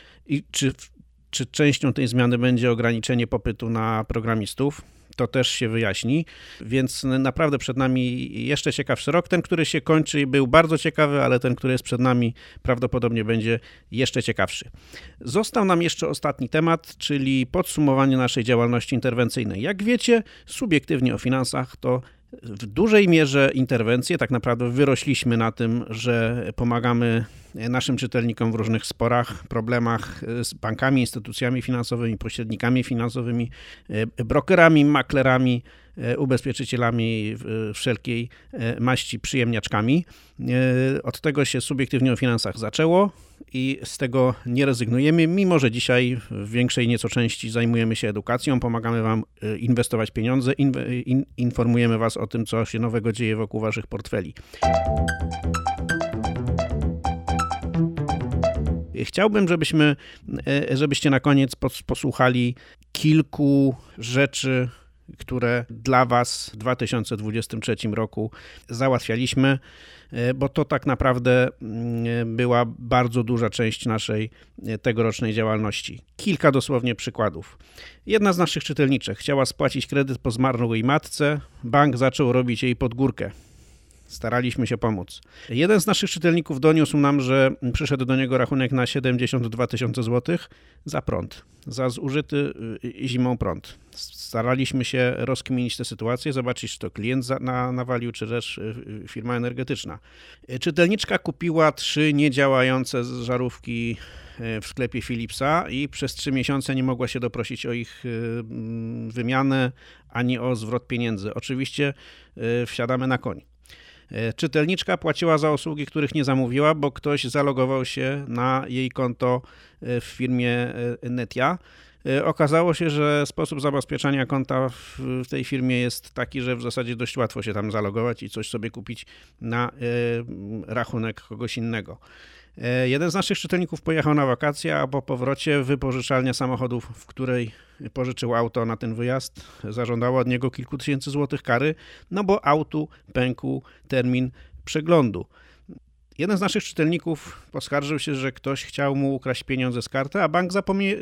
czy częścią tej zmiany będzie ograniczenie popytu na programistów. To też się wyjaśni, więc naprawdę przed nami jeszcze ciekawszy rok. Ten, który się kończy, był bardzo ciekawy, ale ten, który jest przed nami, prawdopodobnie będzie jeszcze ciekawszy. Został nam jeszcze ostatni temat, czyli podsumowanie naszej działalności interwencyjnej. Jak wiecie, subiektywnie o finansach to w dużej mierze interwencje. Tak naprawdę wyrośliśmy na tym, że pomagamy naszym czytelnikom w różnych sporach, problemach z bankami, instytucjami finansowymi, pośrednikami finansowymi, brokerami, maklerami, ubezpieczycielami wszelkiej maści, przyjemniaczkami. Od tego się subiektywnie o finansach zaczęło i z tego nie rezygnujemy, mimo że dzisiaj w większej nieco części zajmujemy się edukacją, pomagamy wam inwestować pieniądze, informujemy was o tym, co się nowego dzieje wokół waszych portfeli. Chciałbym, żebyście na koniec posłuchali kilku rzeczy, które dla was w 2023 roku załatwialiśmy, bo to tak naprawdę była bardzo duża część naszej tegorocznej działalności. Kilka dosłownie przykładów. Jedna z naszych czytelniczek chciała spłacić kredyt po zmarłej matce, bank zaczął robić jej pod górkę. Staraliśmy się pomóc. Jeden z naszych czytelników doniósł nam, że przyszedł do niego rachunek na 72 000 złotych za prąd, za zużyty zimą prąd. Staraliśmy się rozkminić tę sytuację, zobaczyć, czy to klient nawalił, czy też firma energetyczna. Czytelniczka kupiła 3 niedziałające żarówki w sklepie Philipsa i przez 3 miesiące nie mogła się doprosić o ich wymianę ani o zwrot pieniędzy. Oczywiście wsiadamy na koń. Czytelniczka płaciła za usługi, których nie zamówiła, bo ktoś zalogował się na jej konto w firmie Netia. Okazało się, że sposób zabezpieczania konta w tej firmie jest taki, że w zasadzie dość łatwo się tam zalogować i coś sobie kupić na rachunek kogoś innego. Jeden z naszych czytelników pojechał na wakacje, a po powrocie wypożyczalnia samochodów, w której pożyczył auto na ten wyjazd, zażądała od niego kilku tysięcy złotych kary, no bo autu pękł termin przeglądu. Jeden z naszych czytelników poskarżył się, że ktoś chciał mu ukraść pieniądze z karty, a bank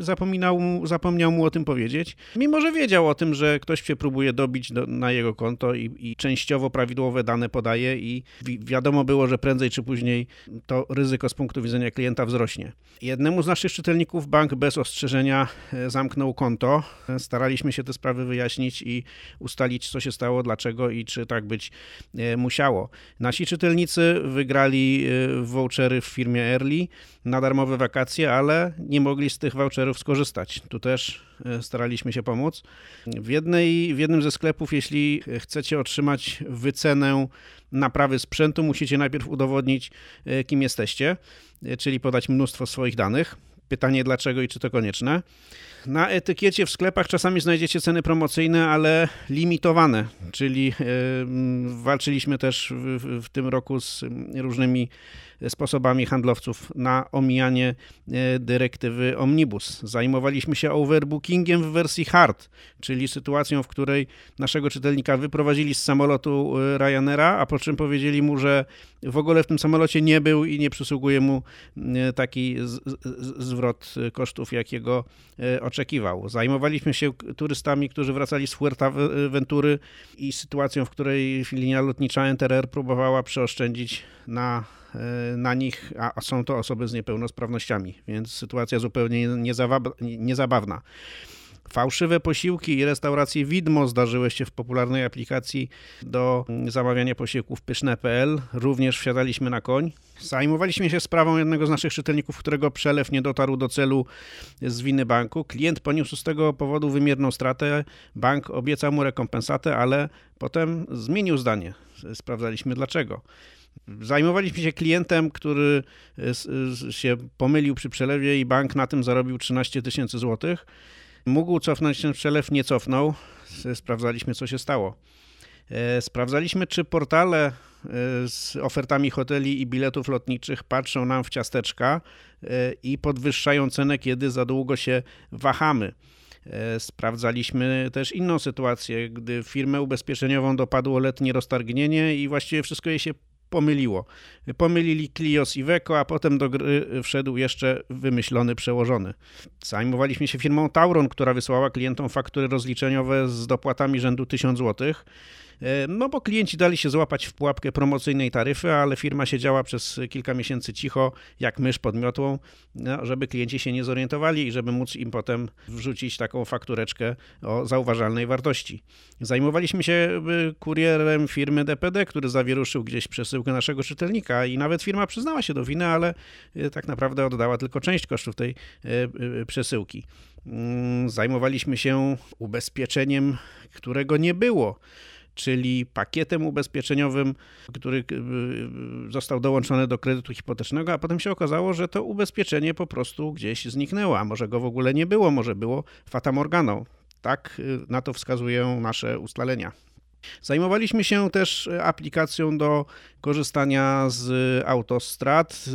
zapomniał mu o tym powiedzieć, mimo że wiedział o tym, że ktoś się próbuje dobić na jego konto i częściowo prawidłowe dane podaje i wiadomo było, że prędzej czy później to ryzyko z punktu widzenia klienta wzrośnie. Jednemu z naszych czytelników bank bez ostrzeżenia zamknął konto. Staraliśmy się te sprawy wyjaśnić i ustalić, co się stało, dlaczego i czy tak być musiało. Nasi czytelnicy wygrali vouchery w firmie Early na darmowe wakacje, ale nie mogli z tych voucherów skorzystać. Tu też staraliśmy się pomóc. W jednym ze sklepów, jeśli chcecie otrzymać wycenę naprawy sprzętu, musicie najpierw udowodnić, kim jesteście, czyli podać mnóstwo swoich danych. Pytanie dlaczego i czy to konieczne. Na etykiecie w sklepach czasami znajdziecie ceny promocyjne, ale limitowane, czyli walczyliśmy też w tym roku z różnymi sposobami handlowców na omijanie dyrektywy Omnibus. Zajmowaliśmy się overbookingiem w wersji hard, czyli sytuacją, w której naszego czytelnika wyprowadzili z samolotu Ryanaira, a po czym powiedzieli mu, że w ogóle w tym samolocie nie był i nie przysługuje mu taki zwrot kosztów, jakiego oczekiwał. Zajmowaliśmy się turystami, którzy wracali z Fuerteventury i sytuacją, w której linia lotnicza NTR próbowała przeoszczędzić na nich, a są to osoby z niepełnosprawnościami, więc sytuacja zupełnie niezabawna. Fałszywe posiłki i restauracje Widmo zdarzyły się w popularnej aplikacji do zamawiania posiłków pyszne.pl. Również wsiadaliśmy na koń. Zajmowaliśmy się sprawą jednego z naszych czytelników, którego przelew nie dotarł do celu z winy banku. Klient poniósł z tego powodu wymierną stratę. Bank obiecał mu rekompensatę, ale potem zmienił zdanie. Sprawdzaliśmy dlaczego. Zajmowaliśmy się klientem, który się pomylił przy przelewie i bank na tym zarobił 13 000 złotych. Mógł cofnąć ten przelew, nie cofnął. Sprawdzaliśmy, co się stało. Sprawdzaliśmy, czy portale z ofertami hoteli i biletów lotniczych patrzą nam w ciasteczka i podwyższają cenę, kiedy za długo się wahamy. Sprawdzaliśmy też inną sytuację, gdy firmę ubezpieczeniową dopadło letnie roztargnienie i właściwie wszystko jej się pomyliło. Pomylili Clio z Iveco, a potem do gry wszedł jeszcze wymyślony przełożony. Zajmowaliśmy się firmą Tauron, która wysłała klientom faktury rozliczeniowe z dopłatami rzędu 1000 zł. No bo klienci dali się złapać w pułapkę promocyjnej taryfy, ale firma siedziała przez kilka miesięcy cicho, jak mysz pod miotłą, żeby klienci się nie zorientowali i żeby móc im potem wrzucić taką faktureczkę o zauważalnej wartości. Zajmowaliśmy się kurierem firmy DPD, który zawieruszył gdzieś przesyłkę naszego czytelnika i nawet firma przyznała się do winy, ale tak naprawdę oddała tylko część kosztów tej przesyłki. Zajmowaliśmy się ubezpieczeniem, którego nie było, czyli pakietem ubezpieczeniowym, który został dołączony do kredytu hipotecznego, a potem się okazało, że to ubezpieczenie po prostu gdzieś zniknęło, a może go w ogóle nie było, może było fatamorganą. Tak na to wskazują nasze ustalenia. Zajmowaliśmy się też aplikacją do korzystania z autostrad,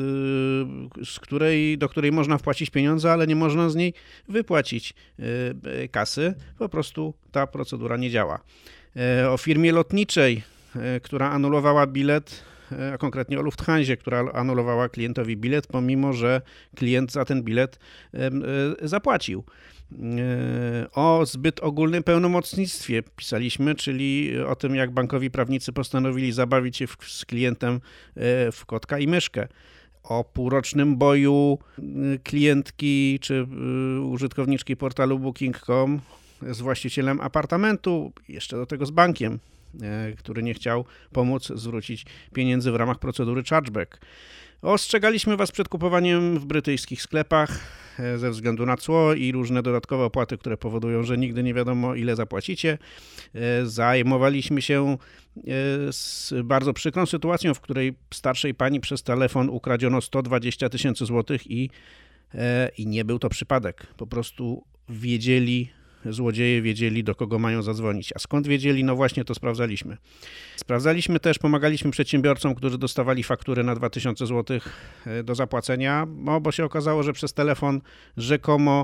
do której można wpłacić pieniądze, ale nie można z niej wypłacić kasy. Po prostu ta procedura nie działa. O firmie lotniczej, która anulowała bilet, a konkretnie o Lufthansie, która anulowała klientowi bilet, pomimo że klient za ten bilet zapłacił. O zbyt ogólnym pełnomocnictwie pisaliśmy, czyli o tym, jak bankowi prawnicy postanowili zabawić się z klientem w kotka i myszkę. O półrocznym boju klientki czy użytkowniczki portalu Booking.com z właścicielem apartamentu, jeszcze do tego z bankiem, który nie chciał pomóc zwrócić pieniędzy w ramach procedury chargeback. Ostrzegaliśmy Was przed kupowaniem w brytyjskich sklepach ze względu na cło i różne dodatkowe opłaty, które powodują, że nigdy nie wiadomo, ile zapłacicie. Zajmowaliśmy się z bardzo przykrą sytuacją, w której starszej pani przez telefon ukradziono 120 000 złotych i nie był to przypadek. Po prostu złodzieje wiedzieli, do kogo mają zadzwonić. A skąd wiedzieli? No właśnie to sprawdzaliśmy. Sprawdzaliśmy też, pomagaliśmy przedsiębiorcom, którzy dostawali faktury na 2000 zł do zapłacenia, bo się okazało, że przez telefon rzekomo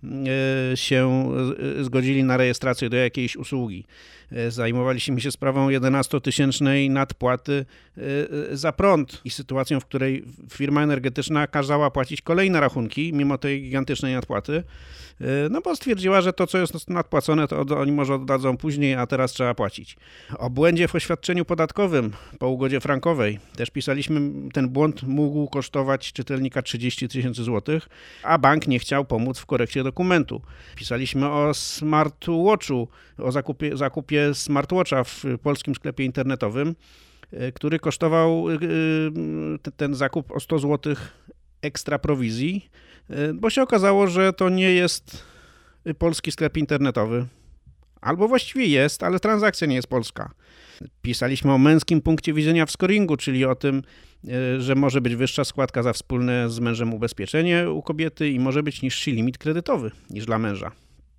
się zgodzili na rejestrację do jakiejś usługi. Zajmowaliśmy się sprawą 11-tysięcznej nadpłaty za prąd i sytuacją, w której firma energetyczna kazała płacić kolejne rachunki, mimo tej gigantycznej nadpłaty, no bo stwierdziła, że to, co jest nadpłacone, to oni może oddadzą później, a teraz trzeba płacić. O błędzie w oświadczeniu podatkowym po ugodzie frankowej też pisaliśmy, ten błąd mógł kosztować czytelnika 30 000 złotych, a bank nie chciał pomóc w korekcie dokumentu. Pisaliśmy o smartwatchu, o zakupie smartwatcha w polskim sklepie internetowym, który kosztował ten zakup o 100 zł ekstra prowizji, bo się okazało, że to nie jest polski sklep internetowy. Albo właściwie jest, ale transakcja nie jest polska. Pisaliśmy o męskim punkcie widzenia w scoringu, czyli o tym, że może być wyższa składka za wspólne z mężem ubezpieczenie u kobiety i może być niższy limit kredytowy niż dla męża.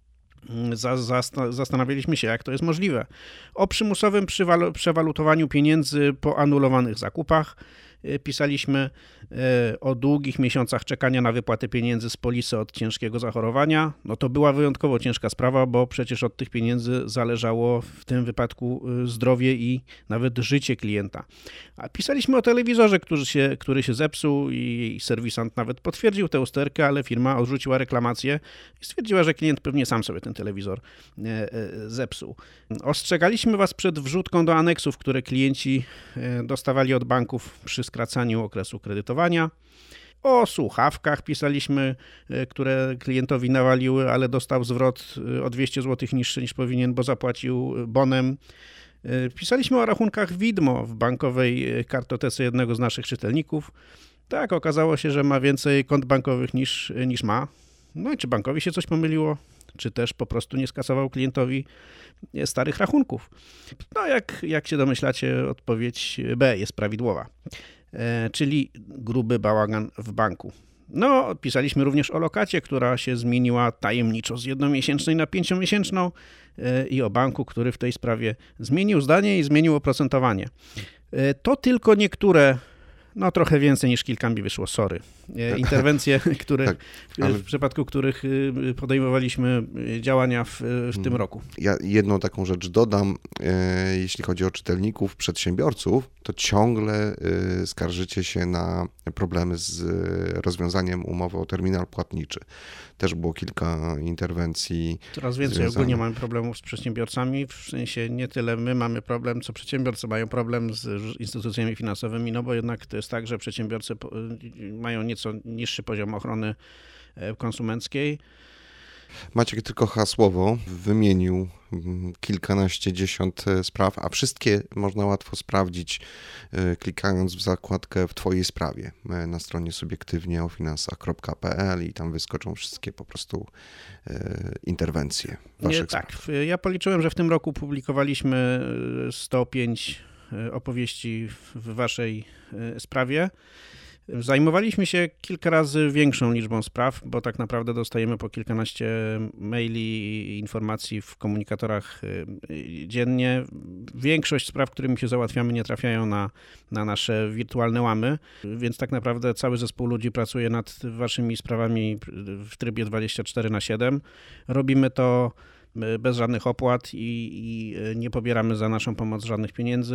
Zastanawialiśmy się, jak to jest możliwe. O przymusowym przewalutowaniu pieniędzy po anulowanych zakupach. Pisaliśmy o długich miesiącach czekania na wypłatę pieniędzy z polisy od ciężkiego zachorowania. No to była wyjątkowo ciężka sprawa, bo przecież od tych pieniędzy zależało w tym wypadku zdrowie i nawet życie klienta. A pisaliśmy o telewizorze, który się zepsuł i serwisant nawet potwierdził tę usterkę, ale firma odrzuciła reklamację i stwierdziła, że klient pewnie sam sobie ten telewizor zepsuł. Ostrzegaliśmy Was przed wrzutką do aneksów, które klienci dostawali od banków przy skracaniu okresu kredytowania. O słuchawkach pisaliśmy, które klientowi nawaliły, ale dostał zwrot o 200 zł niższy niż powinien, bo zapłacił bonem. Pisaliśmy o rachunkach widmo w bankowej kartotece jednego z naszych czytelników. Tak, okazało się, że ma więcej kont bankowych niż ma. No i czy bankowi się coś pomyliło? Czy też po prostu nie skasował klientowi starych rachunków? No jak się domyślacie, odpowiedź B jest prawidłowa, czyli gruby bałagan w banku. No, pisaliśmy również o lokacie, która się zmieniła tajemniczo z jednomiesięcznej na 5-miesięczną i o banku, który w tej sprawie zmienił zdanie i zmienił oprocentowanie. To tylko niektóre, no trochę więcej niż kilka mi wyszło, sorry. Interwencje, w przypadku których podejmowaliśmy działania w tym roku. Ja jedną taką rzecz dodam, jeśli chodzi o czytelników, przedsiębiorców, to ciągle skarżycie się na problemy z rozwiązaniem umowy o terminal płatniczy. Też było kilka interwencji. Coraz więcej ogólnie mamy problemów z przedsiębiorcami, w sensie nie tyle my mamy problem, co przedsiębiorcy mają problem z instytucjami finansowymi, no bo jednak to jest tak, że przedsiębiorcy mają nieco niższy poziom ochrony konsumenckiej. Maciek tylko hasłowo wymienił kilkanaście-dziesiąt spraw, a wszystkie można łatwo sprawdzić, klikając w zakładkę w Twojej sprawie na stronie subiektywnieofinansach.pl i tam wyskoczą wszystkie po prostu interwencje waszych spraw. Ja policzyłem, że w tym roku publikowaliśmy 105 opowieści w waszej sprawie. Zajmowaliśmy się kilka razy większą liczbą spraw, bo tak naprawdę dostajemy po kilkanaście maili i informacji w komunikatorach dziennie. Większość spraw, którymi się załatwiamy, nie trafiają na nasze wirtualne łamy, więc tak naprawdę cały zespół ludzi pracuje nad waszymi sprawami w trybie 24/7. Robimy to bez żadnych opłat i nie pobieramy za naszą pomoc żadnych pieniędzy.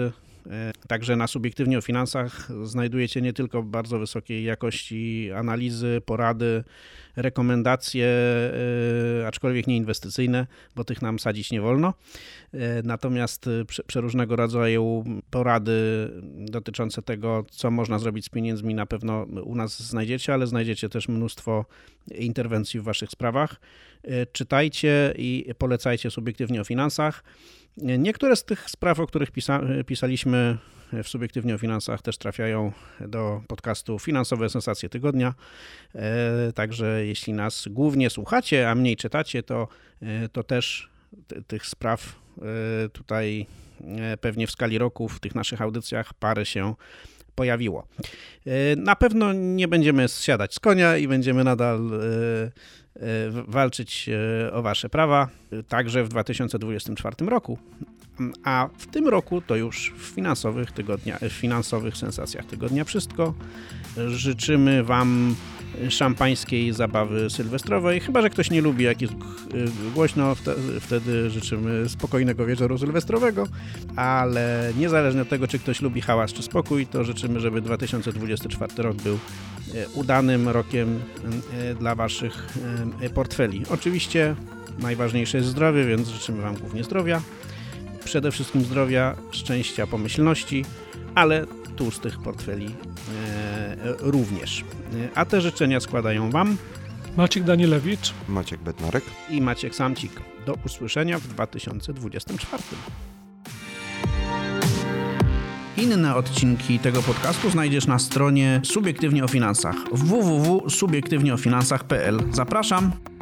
Także na Subiektywnie o Finansach znajdujecie nie tylko bardzo wysokiej jakości analizy, porady, rekomendacje, aczkolwiek nie inwestycyjne, bo tych nam sadzić nie wolno. Natomiast przeróżnego rodzaju porady dotyczące tego, co można zrobić z pieniędzmi, na pewno u nas znajdziecie, ale znajdziecie też mnóstwo interwencji w waszych sprawach. Czytajcie i polecajcie Subiektywnie o Finansach. Niektóre z tych spraw, o których pisaliśmy w Subiektywnie o Finansach, też trafiają do podcastu Finansowe Sensacje Tygodnia. Także jeśli nas głównie słuchacie, a mniej czytacie, to też tych spraw tutaj pewnie w skali roku w tych naszych audycjach parę się pojawiło. Na pewno nie będziemy zsiadać z konia i będziemy nadal walczyć o wasze prawa, także w 2024 roku. A w tym roku to już w finansowych sensacjach tygodnia wszystko. Życzymy wam szampańskiej zabawy sylwestrowej, chyba że ktoś nie lubi, jak jest głośno, wtedy życzymy spokojnego wieczoru sylwestrowego, ale niezależnie od tego, czy ktoś lubi hałas czy spokój, to życzymy, żeby 2024 rok był udanym rokiem dla waszych portfeli. Oczywiście najważniejsze jest zdrowie, więc życzymy wam głównie zdrowia. Przede wszystkim zdrowia, szczęścia, pomyślności, ale tłustych portfeli również. A te życzenia składają wam Maciek Danielewicz, Maciek Bednarek i Maciek Samcik. Do usłyszenia w 2024. Inne odcinki tego podcastu znajdziesz na stronie Subiektywnie o Finansach www.subiektywnieofinansach.pl. Zapraszam!